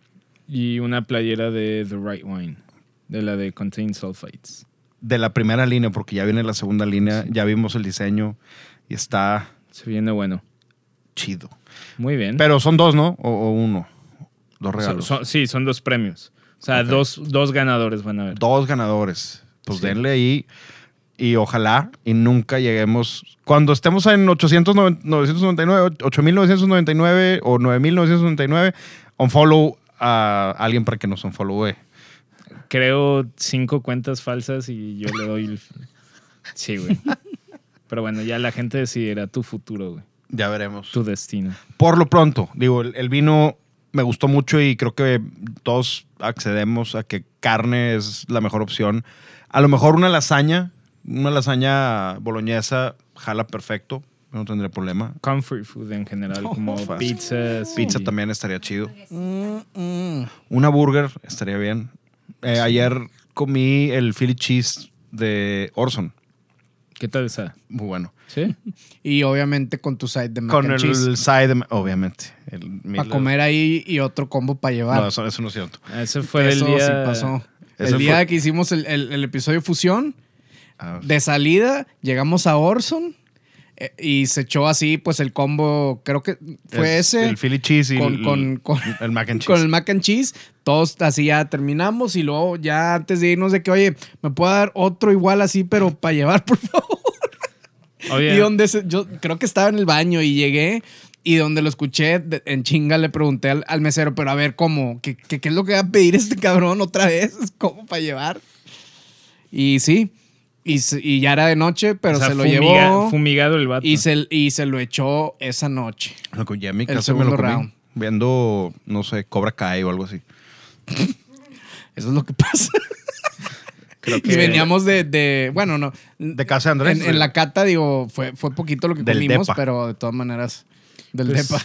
y una playera de The Right Wine, de la de Contain Sulfites. De la primera línea, porque ya viene la segunda línea, sí. Ya vimos el diseño y está... Se viene bueno. Chido. Muy bien. Pero son dos, ¿no? O, o uno. Dos regalos. So, so, sí, son dos premios. O sea, okay. dos, dos ganadores van a haber. Dos ganadores. Pues sí. Denle ahí y ojalá y nunca lleguemos... Cuando estemos en ochocientos noventa y nueve, ocho mil novecientos noventa y nueve o nueve mil novecientos noventa y nueve, unfollow a alguien para que nos unfollowe. Creo cinco cuentas falsas y yo le doy el... Sí, güey. Pero bueno, ya la gente decidirá tu futuro, güey. Ya veremos. Tu destino. Por lo pronto, digo, el, el vino me gustó mucho y creo que todos accedemos a que carne es la mejor opción. A lo mejor una lasaña, una lasaña boloñesa jala perfecto. No tendría problema. Comfort food en general, oh, como oh, pizzas. Pizza y... también estaría chido. Mm, mm. Una burger estaría bien. Eh, sí. Ayer comí el Philly Cheese de Orson. ¿Qué tal está? Muy bueno. ¿Sí? Y obviamente con tu side de mac con and el cheese. side de obviamente. Para comer ahí y otro combo para llevar. No, eso, eso no es cierto. Ese fue eso el día... sí pasó. Ese el día fue... que hicimos el, el, el episodio Fusión, ah, de salida, llegamos a Orson eh, y se echó así, pues el combo, creo que fue es ese. El Philly Cheese y con, el, con, con, el mac and cheese. Con el mac and cheese. Todos así ya terminamos y luego ya antes de irnos de que, oye, ¿me puedo dar otro igual así, pero para llevar, por favor? Oye. Y donde se, yo creo que estaba en el baño y llegué y donde lo escuché de, en chinga le pregunté al, al mesero, pero a ver, ¿cómo? ¿Qué, qué, ¿Qué es lo que va a pedir este cabrón otra vez? ¿Cómo para llevar? Y sí, Y, se, y ya era de noche, pero o sea, se lo fumiga, llevó. Fumigado el vato. Y se, y se lo echó esa noche. Lo ya en mi El casa me lo segundo comí. round. Viendo, no sé, Cobra Kai o algo así. Eso es lo que pasa. Creo que Y veníamos de, de bueno, no. De casa de Andrés. En, en la cata, digo, fue, fue poquito lo que Del comimos, depa. pero de todas maneras, del Pues- depa.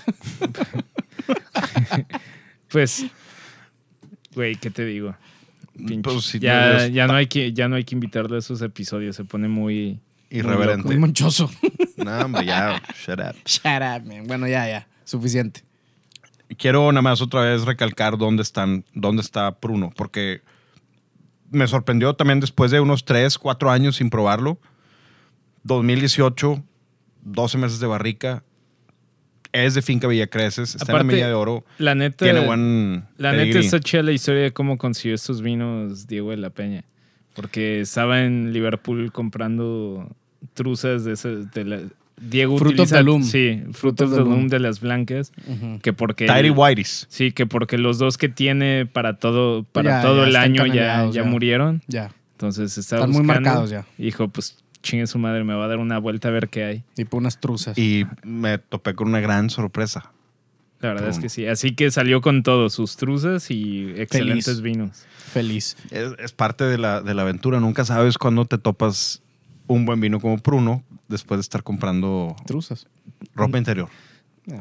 Pues, güey, ¿qué te digo? Pinche. Pues, si ya, no es- ya, no hay que, ya no hay que invitarle a esos episodios. Se pone muy... Irreverente. Muy monchoso. No, hombre, ya, shut up. Shut up, man. Bueno, ya, ya. Suficiente. Quiero nada más otra vez recalcar dónde están, dónde está Pruno, porque me sorprendió también después de unos tres, cuatro años sin probarlo. dos mil dieciocho, doce meses de barrica. Es de Finca Villacreces, está en Aparte, la Milla de Oro. La neta... Tiene buen La neta pedigrí. está chida la historia de cómo consiguió estos vinos Diego de la Peña. Porque estaba en Liverpool comprando truzas de esas... De la, Diego Fruit of utiliza... the Loom. Sí, Fruit of the Loom de las blancas. Ujú. Que porque... Tidy Whiteys. Sí, que porque los dos que tiene para todo, para Ya, todo ya el están año ya, canaleados, ya ya. murieron. Ya. Entonces estaba Están muy buscando. marcados ya. Y dijo, pues chingue su madre, me va a dar una vuelta a ver qué hay. Tipo unas truzas. Y me topé con una gran sorpresa. La verdad es Pum. que sí. Así que salió con todo, sus truzas y excelentes Feliz. vinos. Feliz. Es, es parte de la, de la aventura. Nunca sabes cuándo te topas un buen vino como Pruno después de estar comprando Truzas. ropa interior. Ya.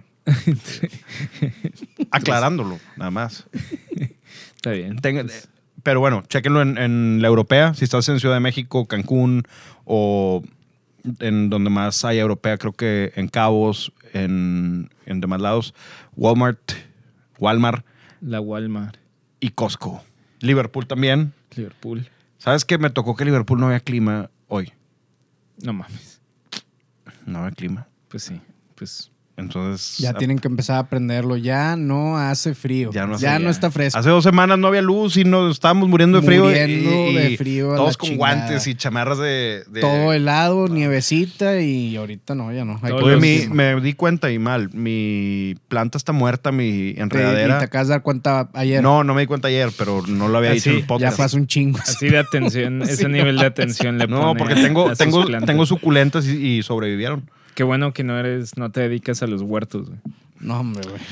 Aclarándolo, nada más. Está bien. Tenga- Pues, pero bueno, chéquenlo en, en la europea. Si estás en Ciudad de México, Cancún o en donde más haya europea, creo que en Cabos, en, en demás lados, Walmart, Walmart la Walmart, y Costco. Liverpool también. Liverpool. ¿Sabes qué? Me tocó que Liverpool no había clima hoy. No mames. No había clima. Pues sí. Pues Entonces... Ya a- tienen que empezar a aprenderlo. Ya no hace frío. Ya no hace- ya ya. no está fresco. Hace dos semanas no había luz y nos estábamos muriendo de frío. Muriendo y, y de frío a Todos la con chingada. guantes y chamarras de... de- Todo helado, nievecita y ahorita no, ya no. Hay Todos que- Oye, los- mi- me di cuenta y mal. Mi planta está muerta, mi Te, y enredadera. te acabas de dar cuenta ayer. No, no me di cuenta ayer, pero no lo había Ah, dicho sí, en el ya podcast. fue hace un chingo. así de atención, ese Sí, nivel de atención le pone No, porque a- tengo, a sus tengo, plantas. tengo suculentas y, y sobrevivieron. Qué bueno que no eres, no te dedicas a los huertos, güey. No, hombre, güey.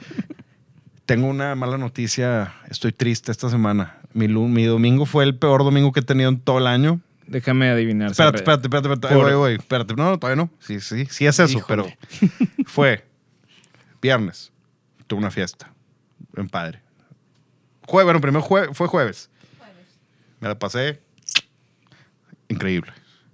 Tengo una mala noticia. Estoy triste esta semana. Mi, lu- mi domingo fue el peor domingo que he tenido en todo el año. Déjame adivinar. Espérate, sobre- espérate, espérate, espérate. Ahí Por- voy, ahí voy. Espérate. No, no, todavía no. Sí, sí, sí es eso, Híjole. pero fue viernes. Tuve una fiesta. En padre. Jue- bueno, primero jue- fue jueves. Me la pasé increíble.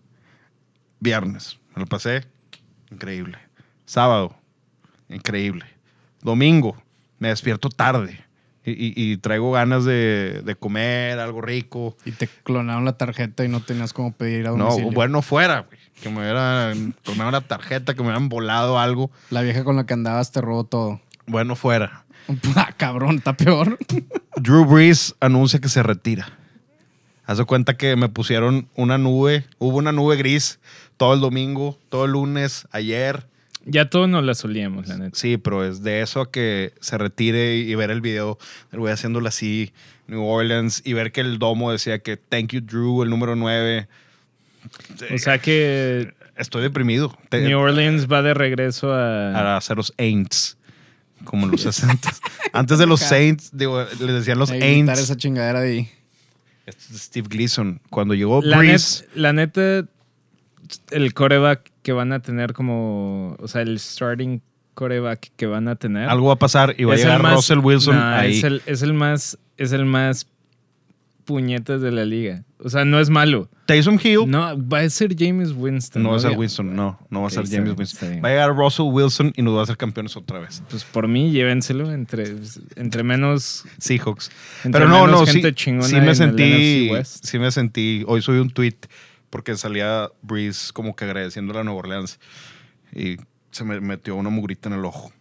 Viernes. Me la pasé increíble. Sábado. Increíble. Domingo. Me despierto tarde. Y, y- y traigo ganas de, de comer algo rico. Y te clonaron la tarjeta y no tenías como pedir a No, domicilio. bueno fuera, güey. Que me hubieran tomado una tarjeta, que me hubieran volado algo. La vieja con la que andabas te robó todo. Bueno fuera. Ah, cabrón, está peor. Drew Brees anuncia que se retira. Haz de cuenta que me pusieron una nube, hubo una nube gris todo el domingo, todo el lunes, ayer. Ya todos nos la solíamos, la neta. Sí, pero es de eso a que se retire y ver el video del güey haciéndolo así, New Orleans, y ver que el domo decía que thank you Drew, el número nueve. O sea que Estoy deprimido. Te- New Orleans va de regreso a... a hacer los Aints, como en los sesenta. Antes de los Saints, digo, les decían los Hay que quitar Aints. esa chingadera de ahí. Este es Steve Gleason. Cuando llegó La, Brees, net- la neta, el coreback que van a tener como... O sea, el starting coreback que van a tener... algo va a pasar y va a es el llegar más- Russell Wilson no, ahí. Es el, es el más... Es el más puñetas de la liga. O sea, no es malo. Taysom Hill. No, va a ser James Winston. No va a ser obvio. Winston, no. No va a Ok, ser está James bien, Winston. está bien. Va a llegar Russell Wilson y nos va a hacer campeones otra vez. Pues por mí, llévenselo entre, entre menos... Seahawks. Entre Pero no, menos no, sí, gente chingona sí en me el sentí, N F C West. sí me sentí, hoy subí un tweet porque salía Breeze como que agradeciendo a Nueva Orleans y se me metió una mugrita en el ojo.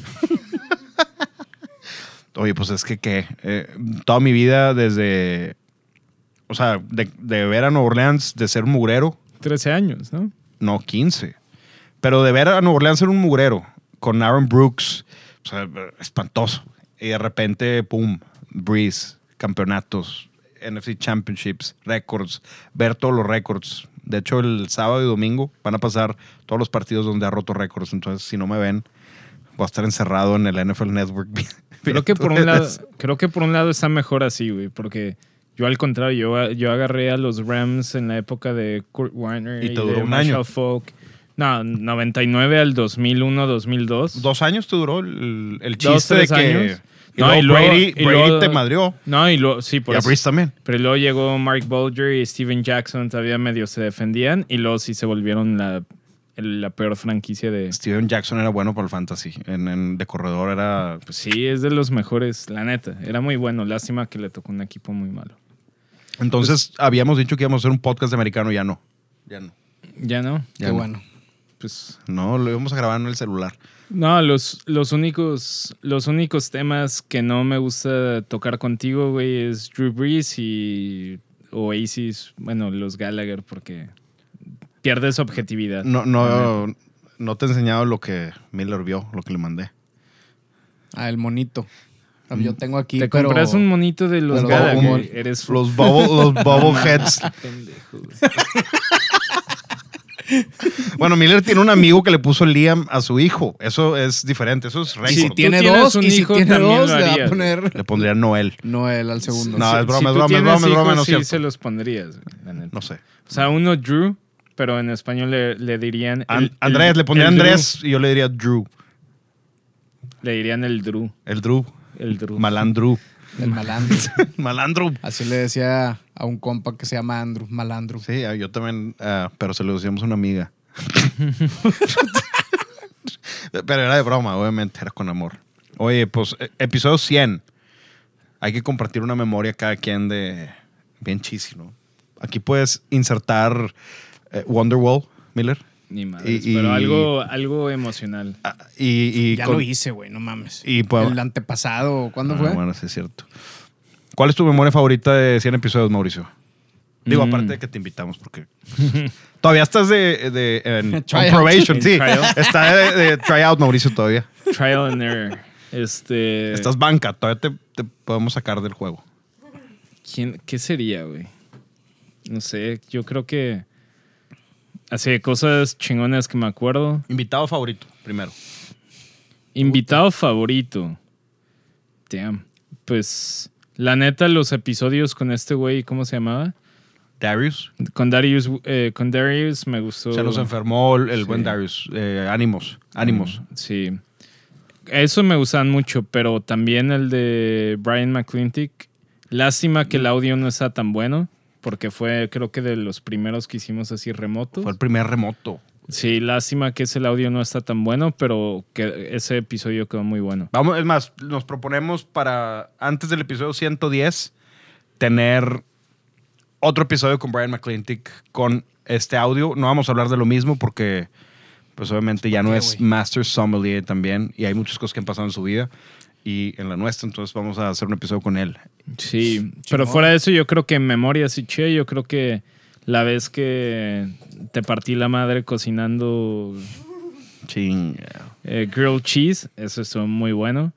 Oye, pues es que qué, eh, toda mi vida desde, o sea, de, de ver a Nueva Orleans, de ser mugrero, trece años, ¿no? no, quince. Pero de ver a Nueva Orleans ser un mugrero con Aaron Brooks, o sea, espantoso. Y de repente, pum, Breeze, campeonatos, N F C Championships, récords, ver todos los récords. De hecho, el sábado y domingo van a pasar todos los partidos donde ha roto récords. Entonces, si no me ven, voy a estar encerrado en el N F L Network. Creo que por un lado, creo que por un lado está mejor así, güey, porque yo al contrario, yo, yo agarré a los Rams en la época de Kurt Warner y, y te duró de un Marshall año. Falk. No, noventa y nueve al dos mil uno, dos mil dos. Dos años te duró el, el chiste Dos, tres de que años. y No, luego y luego- Brady, y Brady luego- te madrió. No, y luego, sí, por Y a eso. Breeze también. Pero luego llegó Mark Bulger y Steven Jackson, todavía medio se defendían, y luego sí se volvieron la, el- la peor franquicia de... Steven Jackson era bueno para el fantasy. En, en- de corredor era... Pues sí, es de los mejores, la neta. Era muy bueno, lástima que le tocó un equipo muy malo. Entonces, habíamos dicho que íbamos a hacer un podcast de americano. Ya no. Ya no. ¿Ya no? Ya Qué no. bueno. Pues... No, lo íbamos a grabar en el celular. No, los, los, únicos, los únicos temas que no me gusta tocar contigo, güey, es Drew Brees y Oasis, bueno, los Gallagher, porque pierdes objetividad. No, no, no te he enseñado lo que Miller vio, lo que le mandé. Ah, el monito. Yo tengo aquí, Te pero... compras un monito de los pero Gallagher, como- eres Los bubble, los bubble heads. pendejo, güey. Bueno, Miller tiene un amigo que le puso Liam a su hijo. Eso es diferente. Eso es Y récord. si tú tiene tienes dos, un y si hijo, tiene también dos, lo le va a harías, poner Le pondría Noel. Noel al segundo. No, es broma, Si es tú broma, es tienes broma, es broma, hijos, no es sí cierto. se los pondrías, güey, la neta. No sé. O sea, uno Drew, pero en español le, le dirían... An- el- Andrés, el- le pondría el Drew. Andrés y yo le diría Drew. Le dirían el Drew. El Drew. El Drew. Malandru. El malandro. Malandru. Así le decía a un compa que se llama Andrew, malandro. Sí, yo también, ah, pero se lo decíamos a una amiga. Pero era de broma, obviamente, era con amor. Oye, pues, eh, episodio cien. Hay que compartir una memoria cada quien de... Bien cheesy, ¿no? Aquí puedes insertar eh, Wonderwall, Miller. Ni madres, Y- y- pero algo, algo emocional. Ah, y, y Ya con- lo hice, güey, no mames. Y pues- el antepasado, ¿cuándo Ah, fue? Bueno, sí es cierto. ¿Cuál es tu memoria favorita de cien episodios, Mauricio? Digo, Mm. aparte de que te invitamos, porque todavía estás de, de en on Tryout. probation, En sí. tryout. Está de, de tryout, Mauricio, todavía. Trial and error. Este. Estás banca, todavía te, te podemos sacar del juego. ¿Quién, ¿Qué sería, güey? No sé, yo creo que. Así, cosas chingonas que me acuerdo. Invitado favorito, primero. Invitado favorito. Damn. Pues, la neta, los episodios con este güey, ¿cómo se llamaba? Darius. Con Darius, eh, con Darius me gustó. Se nos enfermó el, el Sí. buen Darius. Eh, ánimos, ánimos. Sí. Eso me gustan mucho, pero también el de Brian McClintic. Lástima que el audio no está tan bueno, porque fue, creo que de los primeros que hicimos así remotos. Fue el primer remoto. Sí, lástima que ese el audio no está tan bueno, pero que ese episodio quedó muy bueno. Vamos, es más, nos proponemos para antes del episodio ciento diez tener otro episodio con Brian McClintic con este audio. No vamos a hablar de lo mismo porque, pues obviamente ya no qué, es güey? Master Sommelier también y hay muchas cosas que han pasado en su vida y en la nuestra, entonces vamos a hacer un episodio con él. Sí, pero fuera de eso yo creo que en memoria sí, che, yo creo que la vez que te partí la madre cocinando Ching. eh, grilled cheese, eso estuvo muy bueno.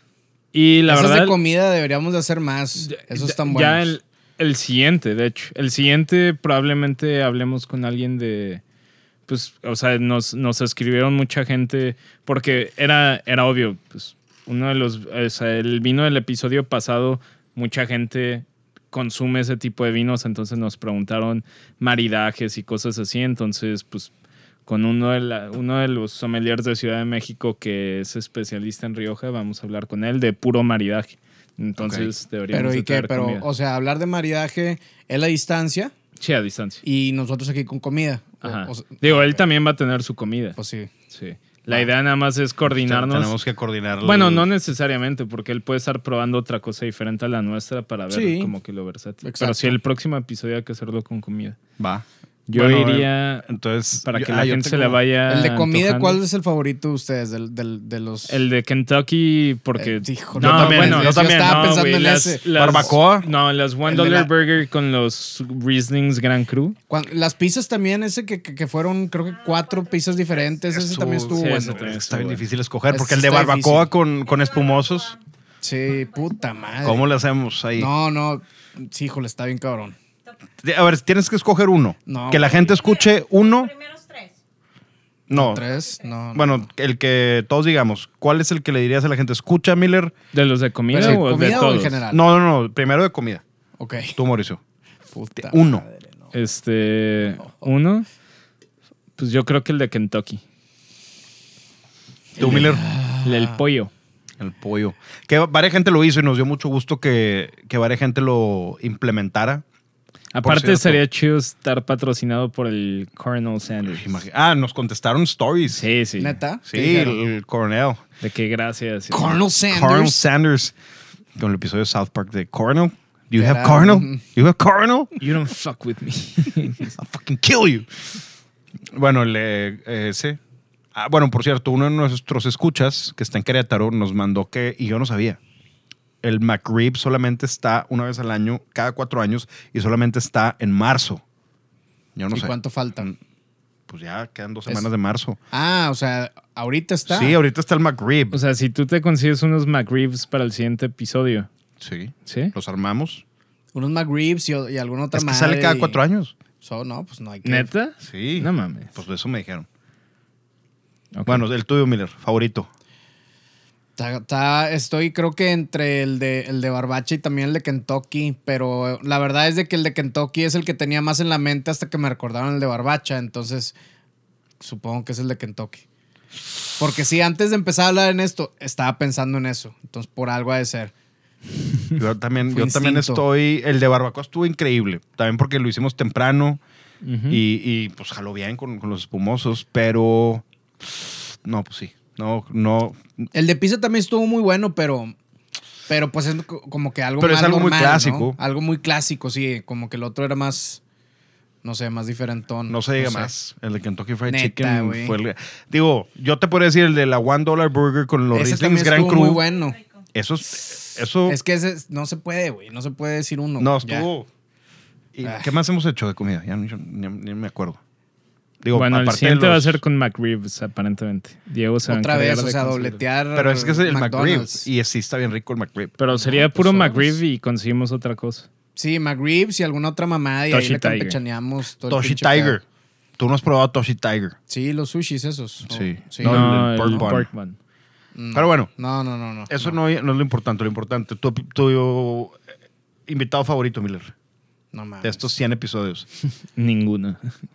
Y la Esas verdad... de comida deberíamos de hacer más. Esos están buenos. Ya el, el siguiente, de hecho. El siguiente probablemente hablemos con alguien de... Pues, o sea, nos, nos escribieron mucha gente porque era, era obvio, pues, uno de los... O sea, el vino del episodio pasado, mucha gente consume ese tipo de vinos, entonces nos preguntaron maridajes y cosas así, entonces, pues, con uno de, la, uno de los sommeliers de Ciudad de México que es especialista en Rioja, vamos a hablar con él de puro maridaje. Entonces, deberíamos Pero de ¿y qué? traer Pero, comida. o sea, hablar de maridaje es la distancia Sí, a distancia. y nosotros aquí con comida. O- Ajá. o sea- Digo, él también va a tener su comida. Pues sí. Sí. La idea nada más es coordinarnos. Tenemos que coordinar. Bueno, no necesariamente, porque él puede estar probando otra cosa diferente a la nuestra para ver Sí. como que lo versátil. Exacto. Pero sí, el próximo episodio hay que hacerlo con comida. Va. Yo Bueno, iría Entonces, para yo- que ah, la yo gente se tengo- le vaya El de comida, antojando. ¿cuál es el favorito de ustedes? Del, del- de los... El de Kentucky, porque... Eh, híjole. no, Yo también, bueno, yo también. estaba no, pensando güey, en las- ese. las- ¿Barbacoa? No, las One El de Dollar la- Burger con los Rieslings Grand Cru. Cuan- Las pizzas también, ese que, que, que fueron, creo que cuatro pizzas diferentes. Ese Estuvo- también estuvo sí, bueno. ese también Está estuvo bien bueno. difícil escoger Ese porque el de está barbacoa difícil. con, con espumosos. Sí, puta madre. ¿Cómo le hacemos ahí? No, no. Sí, híjole, está bien cabrón. A ver, tienes que escoger uno. No. Que la gente escuche uno. Los primeros tres. No. ¿Tres? No. Bueno, no. el que todos digamos. ¿Cuál es el que le dirías a la gente? ¿Escucha, Miller? ¿De los de comida Pues, o ¿comida de o todos? en general? No, no, no. Primero de comida. Ok. Tú, Mauricio. Puta Uno. madre, no. Este, uno, pues yo creo que el de Kentucky. Tú, Miller. El del pollo. El pollo. Que varias gente lo hizo y nos dio mucho gusto que, que varias gente lo implementara. Aparte cierto. sería chido estar patrocinado por el Colonel Sanders. Imagi- Ah, nos contestaron stories. Sí, sí. ¿Neta? Sí, ¿Qué dijeron? el, el coronel. De que gracias. sí. Colonel Sanders. Colonel Sanders. Con el episodio de South Park de Colonel. Do you have Era- Colonel? You have Colonel? You don't fuck with me. I'll fucking kill you. Bueno, le, eh, sí. Ah, bueno, por cierto, uno de nuestros escuchas, que está en Querétaro, nos mandó que, y yo no sabía, el McRib solamente está una vez al año, cada cuatro años, y solamente está en marzo. Yo no ¿Y sé. cuánto faltan? Pues ya quedan dos Es- semanas de marzo. Ah, o sea, ahorita está. Sí, ahorita está el McRib. O sea, si tú te consigues unos McRibs para el siguiente episodio, Sí. ¿sí? Los armamos. Unos McRibs y, y alguna otra Es que madre. sale cada y- cuatro años. So, no, pues no hay que. ¿Neta? Sí. No mames. Pues eso me dijeron. Ok. Bueno, el tuyo, Miller, favorito. Está- está- estoy creo que entre el de, el de Barbacha y también el de Kentucky, pero la verdad es de que el de Kentucky es el que tenía más en la mente hasta que me recordaron el de Barbacha, entonces supongo que es el de Kentucky. Porque sí, antes de empezar a hablar en esto, estaba pensando en eso, entonces por algo ha de ser. Yo también, Fue yo también instinto. estoy. El de barbacoa estuvo increíble. También porque lo hicimos temprano Ujú. y, y, pues jaló bien con, con los espumosos, pero. No, pues sí. No, no. El de pizza también estuvo muy bueno, pero... Pero pues es co- como que algo Pero es más algo muy normal, clásico. ¿no? Algo muy clásico, sí. Como que el otro era más... No sé, más diferentón. No se diga sé. más. El de Kentucky Fried Neta, Chicken güey. fue el. Digo, yo te podría decir el de la One Dollar Burger con los Ese Rieslings también Gran estuvo Cru. muy bueno. Eso es. Eso. Es que ese no se puede, güey. No se puede decir uno. no, ya. estuvo. ¿Y Ah. qué más hemos hecho de comida? Ya, no- yo ni, ni me acuerdo. Digo, Bueno, el aparte de siguiente va a los- ser con McRibs, aparentemente. Diego se va a Otra encargar vez, o de sea, conseguir. dobletear. Pero es que es el McRib. McDonald's. Y sí está bien rico el McRib. Pero sería No, puro pues, McRib y conseguimos otra cosa. Sí, McRibs y alguna otra mamada. Y Toshi ahí le Tiger. campechaneamos todo el Toshi pinche Tiger. pedo. Tú no has probado Toshi Tiger. Sí, los sushis esos. ¿o? Sí. sí. No, No, el el, pork bun. pork bun. No. Pero bueno. No, no, no, no. Eso no, no es lo importante. Lo importante, tu, tu eh, invitado favorito, Miller, No mames. de estos cien episodios. Ninguno.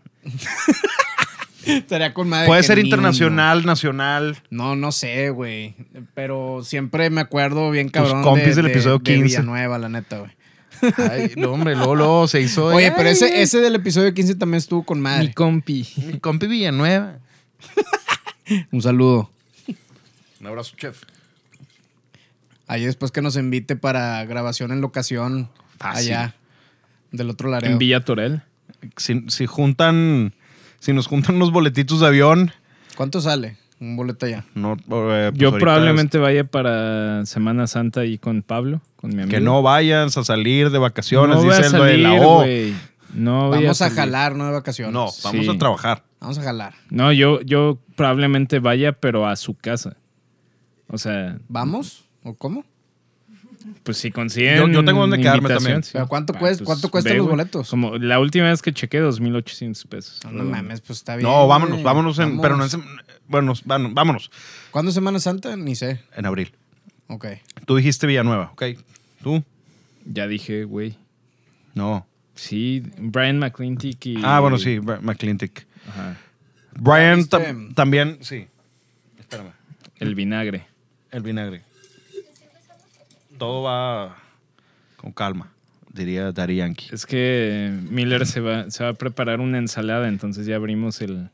Estaría con madre. Puede que ser ni internacional, nacional. uno. No, no sé, güey. Pero siempre me acuerdo bien cabrón. compis de, del de- episodio de quince. Villanueva, la neta, güey. Ay, no, hombre, luego, luego se hizo. Oye, pero Ay, ese, ese del episodio quince también estuvo con madre. Mi compi. Mi compi Villanueva. Un saludo. Un abrazo, chef. Ahí después que nos invite para grabación en locación Fácil. allá del otro Laredo. En Villa Torel. Si, si juntan, si nos juntan unos boletitos de avión, ¿Cuánto sale? Un boleto allá. no, eh, pues Yo ahorita probablemente vaya para Semana Santa ahí con Pablo, con mi es- amigo. que no vayas a salir de vacaciones, no voy a dice el de la salir, O. güey. No voy Vamos a, salir. jalar, no de vacaciones. No, vamos Sí. a trabajar. Vamos a jalar. No, yo, yo probablemente vaya, pero a su casa. O sea, ¿Vamos? ¿O cómo? pues si consiguen. Yo- yo tengo donde quedarme invitación, también. sí. ¿Pero cuánto Ah, cuesta- cuánto cuestan ve, los güey. boletos? Como la última vez que chequé, dos mil ochocientos pesos. No, no mames, pues está bien. No, vámonos, güey. vámonos. En, Vamos. pero no en, sem- bueno, vámonos, vámonos ¿Cuándo es Semana Santa? Ni sé. en abril. Ok. Tú dijiste Villanueva, ¿ok? ¿Tú? Ya dije, güey. No. Sí, Brian McClintic y. Ah, bueno, sí, Bra- McClintic. Ajá. Brian ¿Viste? tam- también, sí. Espérame. El vinagre. El vinagre. Todo va con calma, diría Daddy Yankee. Es que Miller se va, se va a preparar una ensalada, entonces ya abrimos el.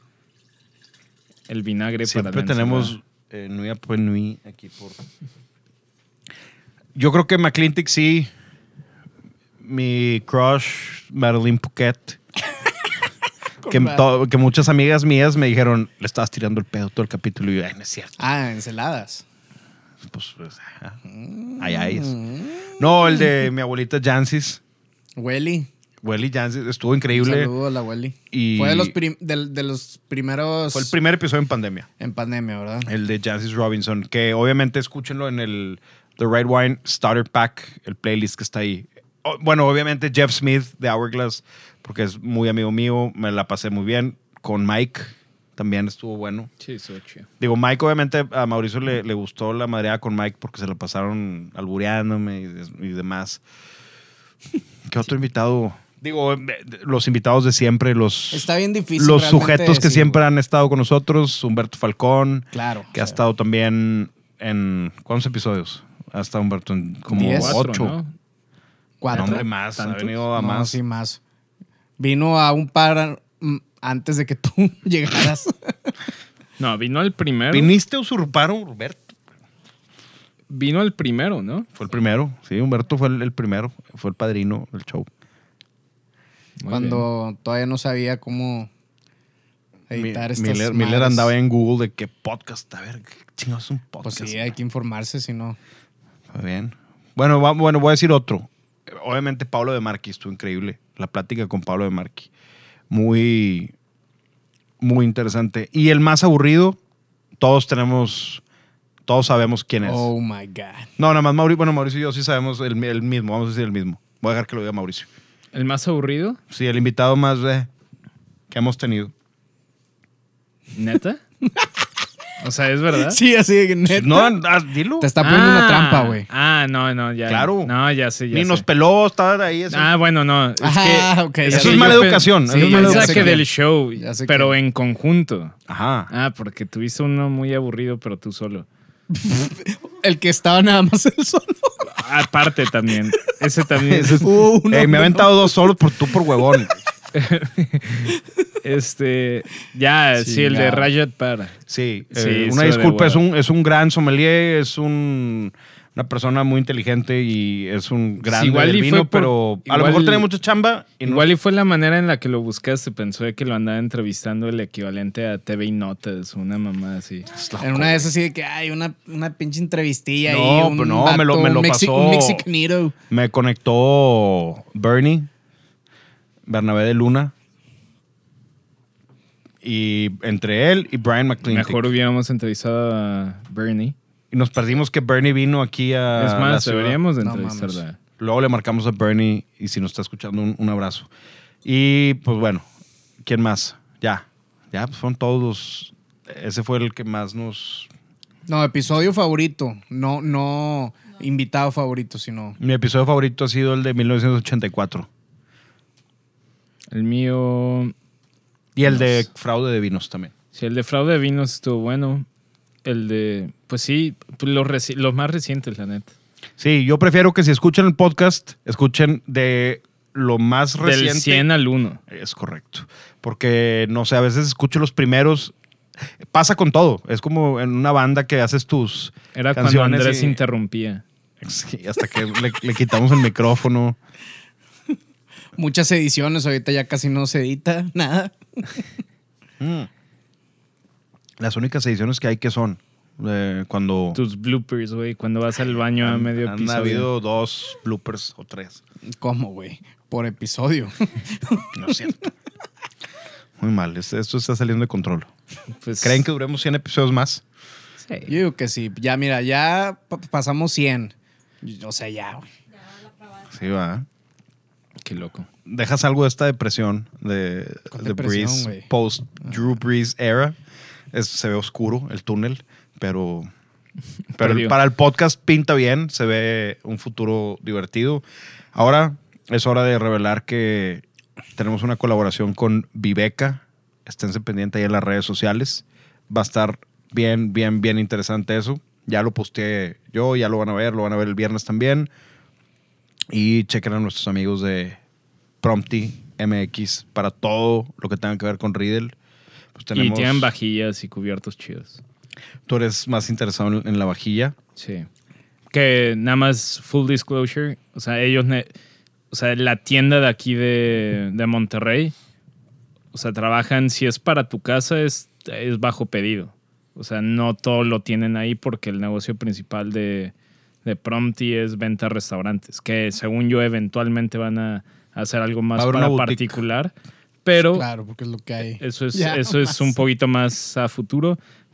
El vinagre Siempre para la tenemos ensalada. eh, Nui a pues Nui aquí por... Yo creo que McClintic sí. Mi crush, Madeline Phuket. que, madre. to- que muchas amigas mías me dijeron, le estabas tirando el pedo todo el capítulo. Y yo, ay, no es cierto. Ah, ensaladas. Pues, pues ajá. Ahí, ahí es. No, el de mi abuelita Jancis. Welly. Welly Jancis. Estuvo Un increíble. saludo a la Welly. Y- Fue de los, prim- del- de, los primeros Fue el primer episodio en pandemia. en pandemia, ¿verdad? El de Jancis Robinson. Que obviamente escúchenlo en el The Right Wine Starter Pack, el playlist que está ahí. Oh, bueno, obviamente Jeff Smith de Hourglass, porque es muy amigo mío, me la pasé muy bien. Con Mike también estuvo bueno. Sí, estuvo chido. Digo, Mike, obviamente a Mauricio le, le gustó la madreada con Mike porque se la pasaron albureándome y, de, y demás. ¿Qué otro invitado? Digo, los invitados de siempre, los, Está bien difícil los sujetos decir, que siempre güey. han estado con nosotros. Humberto Falcón, Claro. que ha estado también en... ¿Cuántos episodios? Ha estado Humberto en como Diez. ocho. ¿no? Cuatro. No, hombre, más. Ha ¿Tantos? venido a No, más. sí, más. Vino a un par mm, antes de que tú llegaras. No, vino el primero. ¿Viniste a usurpar a Humberto? Vino el primero, ¿no? Fue el primero. Sí, Humberto fue el, el primero. Fue el padrino del show. Muy Cuando bien. Todavía no sabía cómo editar Mi- estas Miller, madres. Miller andaba en Google de qué podcast. A ver, ¿qué chingados es un podcast? Pues sí, hay que informarse, si no. Muy bien. Bueno, va- bueno, voy a decir otro. Obviamente Pablo de Marqui estuvo increíble. La plática con Pablo de Marqui. Muy, muy interesante. Y el más aburrido, todos tenemos, todos sabemos quién es. Oh my God. No, nada más Mauricio. Bueno, Mauricio y yo sí sabemos el, el mismo. Vamos a decir el mismo. Voy a dejar que lo diga Mauricio. ¿El más aburrido? Sí, el invitado más eh, que hemos tenido. ¿Neta? O sea, ¿es verdad? Sí, así que neta. No, ah, dilo. Te está poniendo una trampa, güey. Ah, no, no, ya. Claro. No, ya sé, ya Ni sé. nos peló, estaba ahí. Así. Ah, bueno, no. Es Ah, que, ok, es ya Eso que es sé. mala yo pe- educación. sí, eso es Yo mala ya sé pensaba que educación. del show, Ya sé pero que- en conjunto. Ajá. Ah, porque tuviste uno muy aburrido, pero tú solo. El que estaba nada más el solo. Aparte también. Ese también. Ese es- Hubo uno Ey, me ha que aventado dos solos por tú por huevón. Este. Ya, sí, Sí, el de ya. Rajat para. Sí, Sí, eh, eso una de disculpa, es hueva. un, es un gran sommelier, es un, una persona muy inteligente y es un grande igual del y vino, fue por- pero a lo igual- mejor tenía mucha chamba. Y no- Igual y fue la manera en la que lo buscaste. Pensó de que lo andaba entrevistando el equivalente a T V y Notas, una mamá así. Es loco, En una de esas sí de que hay una, una pinche entrevistilla No, ahí. Un pero no, me lo- vato, me lo un mexi- pasó. Un mexicanito. Me conectó Bernie, Bernabé de Luna, y entre él y Brian McClintock. Mejor hubiéramos entrevistado a Bernie. Y nos perdimos que Bernie vino aquí a es la más, ciudad. deberíamos de No entrevistarla. Luego le marcamos a Bernie y si nos está escuchando, un, un abrazo. Y pues bueno, ¿quién más? Ya, ya, pues fueron todos los... Ese fue el que más nos... No, episodio favorito. No, no invitado favorito, sino. Mi episodio favorito ha sido el de mil novecientos ochenta y cuatro. El mío. Y el No de sé. fraude de vinos también. Sí, el de fraude de vinos estuvo bueno. El de. Pues sí, pues los, reci- los más recientes, la neta. Sí, yo prefiero que si escuchan el podcast, escuchen de lo más reciente. Del cien al uno. Es correcto. Porque, no sé, a veces escucho los primeros. Pasa con todo. Es como en una banda que haces tus Era cuando canciones Andrés y- interrumpía. Sí, hasta que le, le quitamos el micrófono. Muchas ediciones, ahorita ya casi no se edita nada. Mm. Las únicas ediciones que hay que son eh, cuando Tus bloopers, güey, cuando vas al baño a han, medio han episodio. habido dos bloopers o tres. ¿Cómo, güey? Por episodio. No es cierto. Muy mal. Esto, esto está saliendo de control. Pues, ¿Creen que duremos cien episodios más? sí. Yo digo que sí. Ya, mira, ya pa- pasamos cien. O sea, ya, güey. Sí, va. Qué loco. Dejas algo de esta depresión de, ¿Cuál de depresión, Breeze, güey? post Drew Brees era. Es- se ve oscuro el túnel, pero, pero Perdió. para el podcast pinta bien, se ve un futuro divertido. Ahora es hora de revelar que tenemos una colaboración con Viveca. Esténse pendientes ahí en las redes sociales. Va a estar bien, bien, bien interesante eso. Ya lo posteé yo, ya lo van a ver, lo van a ver el viernes también. Y chequen a nuestros amigos de Prompty M X para todo lo que tenga que ver con Riddle. Pues Y tenemos, tienen vajillas y cubiertos chidos. tú eres más interesado en, en la vajilla. Sí. Que nada más full disclosure. O sea, ellos. ne- O sea, la tienda de aquí de, de Monterrey. O sea, trabajan. Si es para tu casa, es, es bajo pedido. O sea, no todo lo tienen ahí porque el negocio principal de, de Prompty es venta a restaurantes. Que según yo, eventualmente van a hacer algo más Va a haber para una boutique. particular. Pero. Claro, porque es lo que hay. Eso es, Ya, eso es más. un poquito más a futuro.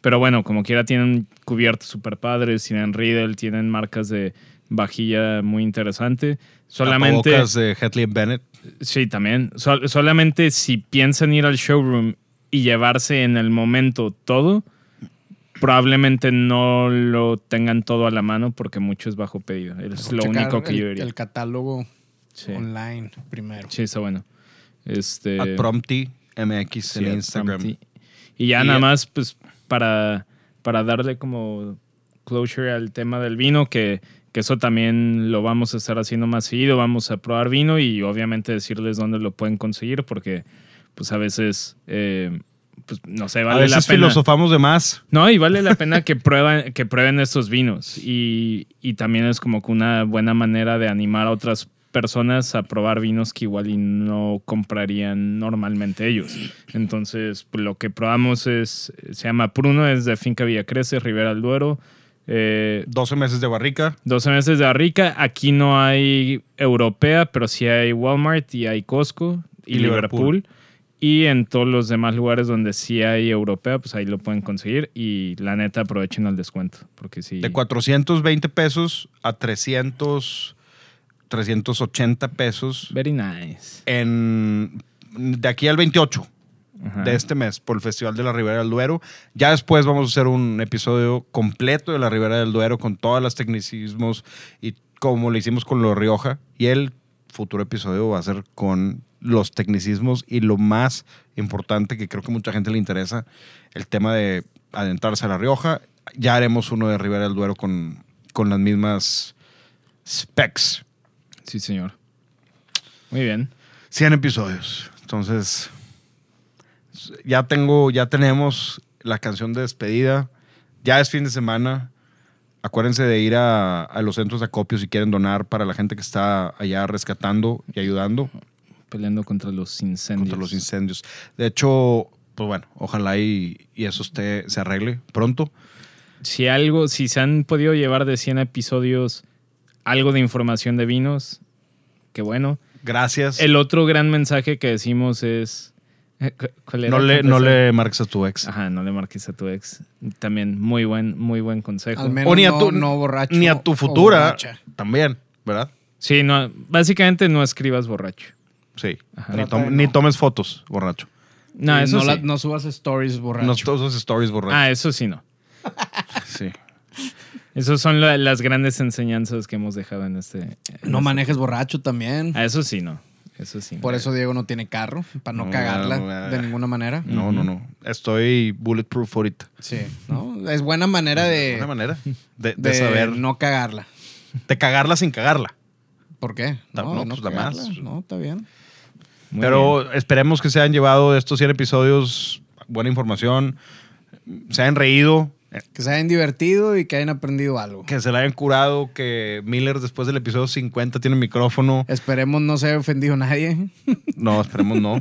Pero bueno, como quiera tienen cubiertos super padres, tienen Riedel, tienen marcas de vajilla muy interesante. Solamente... Tapabocas de Hedley and Bennett. Sí, también. Sol- solamente si piensan ir al showroom y llevarse en el momento todo, probablemente no lo tengan todo a la mano porque mucho es bajo pedido. Es lo Checar único que el, yo diría. El catálogo Sí. online primero. Sí, está bueno. Este, At Prompty M X sí, en at Instagram. Prompty. Y ya Y nada a- más, pues, para, para darle como closure al tema del vino, que, que eso también lo vamos a estar haciendo más seguido. Vamos a probar vino y obviamente decirles dónde lo pueden conseguir porque, pues, a veces, eh, pues, no sé, vale a veces la pena. filosofamos de más. No, y vale la pena que prueben, que prueben estos vinos. Y, y también es como que una buena manera de animar a otras personas a probar vinos que igual y no comprarían normalmente ellos. Entonces, pues, lo que probamos es, se llama Pruno, es de Finca Villacreces, Ribera del Duero. Eh, doce meses de barrica. doce meses de barrica. Aquí no hay europea, pero sí hay Walmart y hay Costco y, Y Liverpool. Liverpool. Y en todos los demás lugares donde sí hay europea, pues ahí lo pueden conseguir. Y la neta, aprovechen el descuento. Porque sí. De cuatrocientos veinte pesos a trescientos, trescientos ochenta pesos Very nice. en, de aquí al veintiocho Ajá. de este mes por el Festival de la Ribera del Duero. Ya después vamos a hacer un episodio completo de la Ribera del Duero con todos los tecnicismos y como lo hicimos con lo de Rioja. Y el futuro episodio va a ser con los tecnicismos y lo más importante que creo que mucha gente le interesa, el tema de adentrarse a la Rioja. Ya haremos uno de Ribera del Duero con, con las mismas specs. Sí, señor. Muy bien. cien episodios. Entonces, ya tengo, ya tenemos la canción de despedida. Ya es fin de semana. Acuérdense de ir a, a los centros de acopio si quieren donar para la gente que está allá rescatando y ayudando Peleando contra los incendios. contra los incendios. De hecho, pues bueno, ojalá y, y eso esté, se arregle pronto. Si algo, si se han podido llevar de cien episodios algo de información de vinos, qué bueno. Gracias. El otro gran mensaje que decimos es... ¿Cuál era? no le, no le marques a tu ex. Ajá, no le marques a tu ex. También muy buen, muy buen consejo. Al menos O ni a no, tu- no borracho. Ni a tu o futura borracha. también, ¿verdad? Sí, no, básicamente no escribas borracho. Sí. Ajá. Ni, Trata tom- de ni no. tomes fotos, borracho. No, Y eso no, sí. la- no subas stories borracho. No todos esos stories, borracho. Ah, eso sí no. Sí. Esas son la- las grandes enseñanzas que hemos dejado en este... en No este- manejes borracho también. Ah, eso sí no. Eso sí. Por eso Diego no tiene carro, para no, No, cagarla no, no. de ninguna manera. No, no, no. Estoy bulletproof ahorita. Sí, ¿no? Es buena manera de, Una manera de, de de saber, no cagarla. de cagarla sin cagarla. ¿Por qué? Ta- No, no, de no pues la cagarla. más. No, está bien. Muy Pero bien. esperemos que se hayan llevado de estos cien episodios buena información, se hayan reído, Que se hayan divertido y que hayan aprendido algo. que se la hayan curado, que Miller después del episodio cincuenta tiene micrófono. Esperemos no se haya ofendido a nadie. No, esperemos no.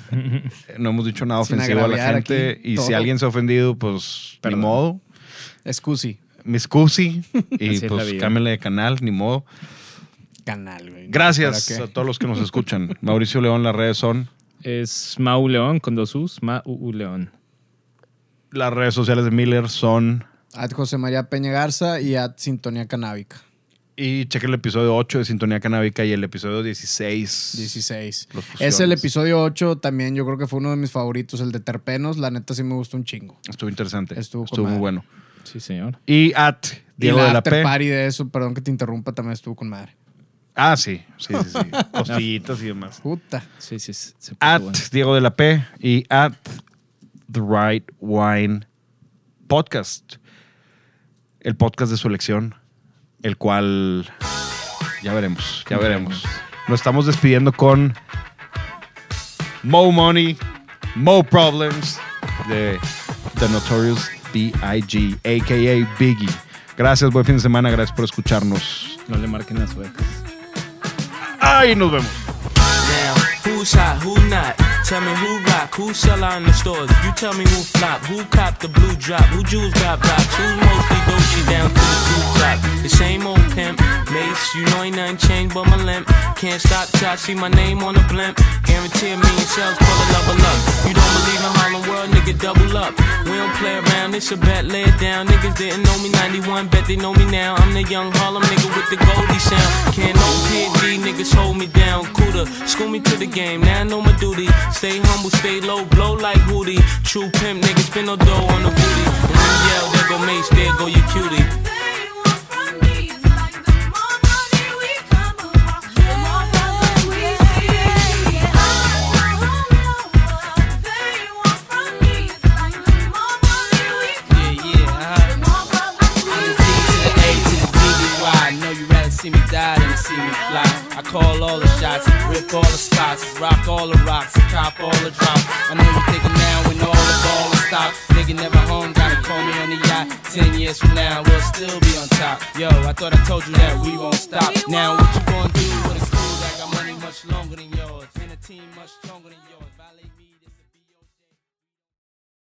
No hemos dicho nada Sin ofensivo a la agraviar gente. aquí Y si todo. alguien se ha ofendido, pues Perdón. ni modo. Excusi. Mis cusi. Y Así es la pues vida. cámbiale de canal, ni modo. Canal, güey. Gracias ¿Para a qué? todos los que nos escuchan. Mauricio León, las redes son. Es Mau León con dos U's. Mau León. Las redes sociales de Miller son. At José María Peña Garza y at Sintonía Canábica. Y chequen el episodio ocho de Sintonía Canábica y el episodio dieciséis. dieciséis. Los Es fusiones. el episodio ocho también, yo creo que fue uno de mis favoritos, el de Terpenos. La neta sí me gustó un chingo. Estuvo interesante. Estuvo Estuvo, con muy madre. bueno. Sí, señor. Y at Diego y la de la after P. party de eso, perdón que te interrumpa, también estuvo con madre. Ah, sí. Sí, sí, sí. Costillitas y demás. Puta. Sí, sí, sí. Se puso At bueno. Diego de la P y at The Right Wine Podcast. El podcast de su elección, el cual ya veremos, ya veremos. Nos estamos despidiendo con Mo Money, Mo Problems de The Notorious B I G, a k a. Biggie. Gracias, buen fin de semana, gracias por escucharnos. No le marquen las orejas. ¡Ay, nos vemos! Now, who's hot, who not? Tell me who rock, who sell out in the stores. You tell me who flop, who cop the blue drop, who jewels got blocks, who mostly Dolce down to the blue top. The same old pimp, Mace, You know ain't nothing changed but my limp. Can't stop till I see my name on the blimp. Guarantee a million shells full of level up. You don't believe in Harlem World, nigga, double up. We don't play around, it's a bet, lay it down. Niggas didn't know me ninety-one, bet they know me now. I'm the young Harlem nigga with the Goldie sound. Can't no P and D, niggas hold me down. Cooler, school me to the game, now I know my duty. Stay humble, stay low, blow like Hootie. True pimp, niggas spin no dough on the booty. And when you yell, there go Mace, there go your cutie. See me die, then see me fly. I call all the shots, rip all the spots, rock all the rocks, cop all the drops. I know you thinking now when all the ball is stopped. Nigga never home, gotta call me on the yacht. Ten years from now, we'll still be on top. Yo, I thought I told you that we won't stop. Now what you gonna do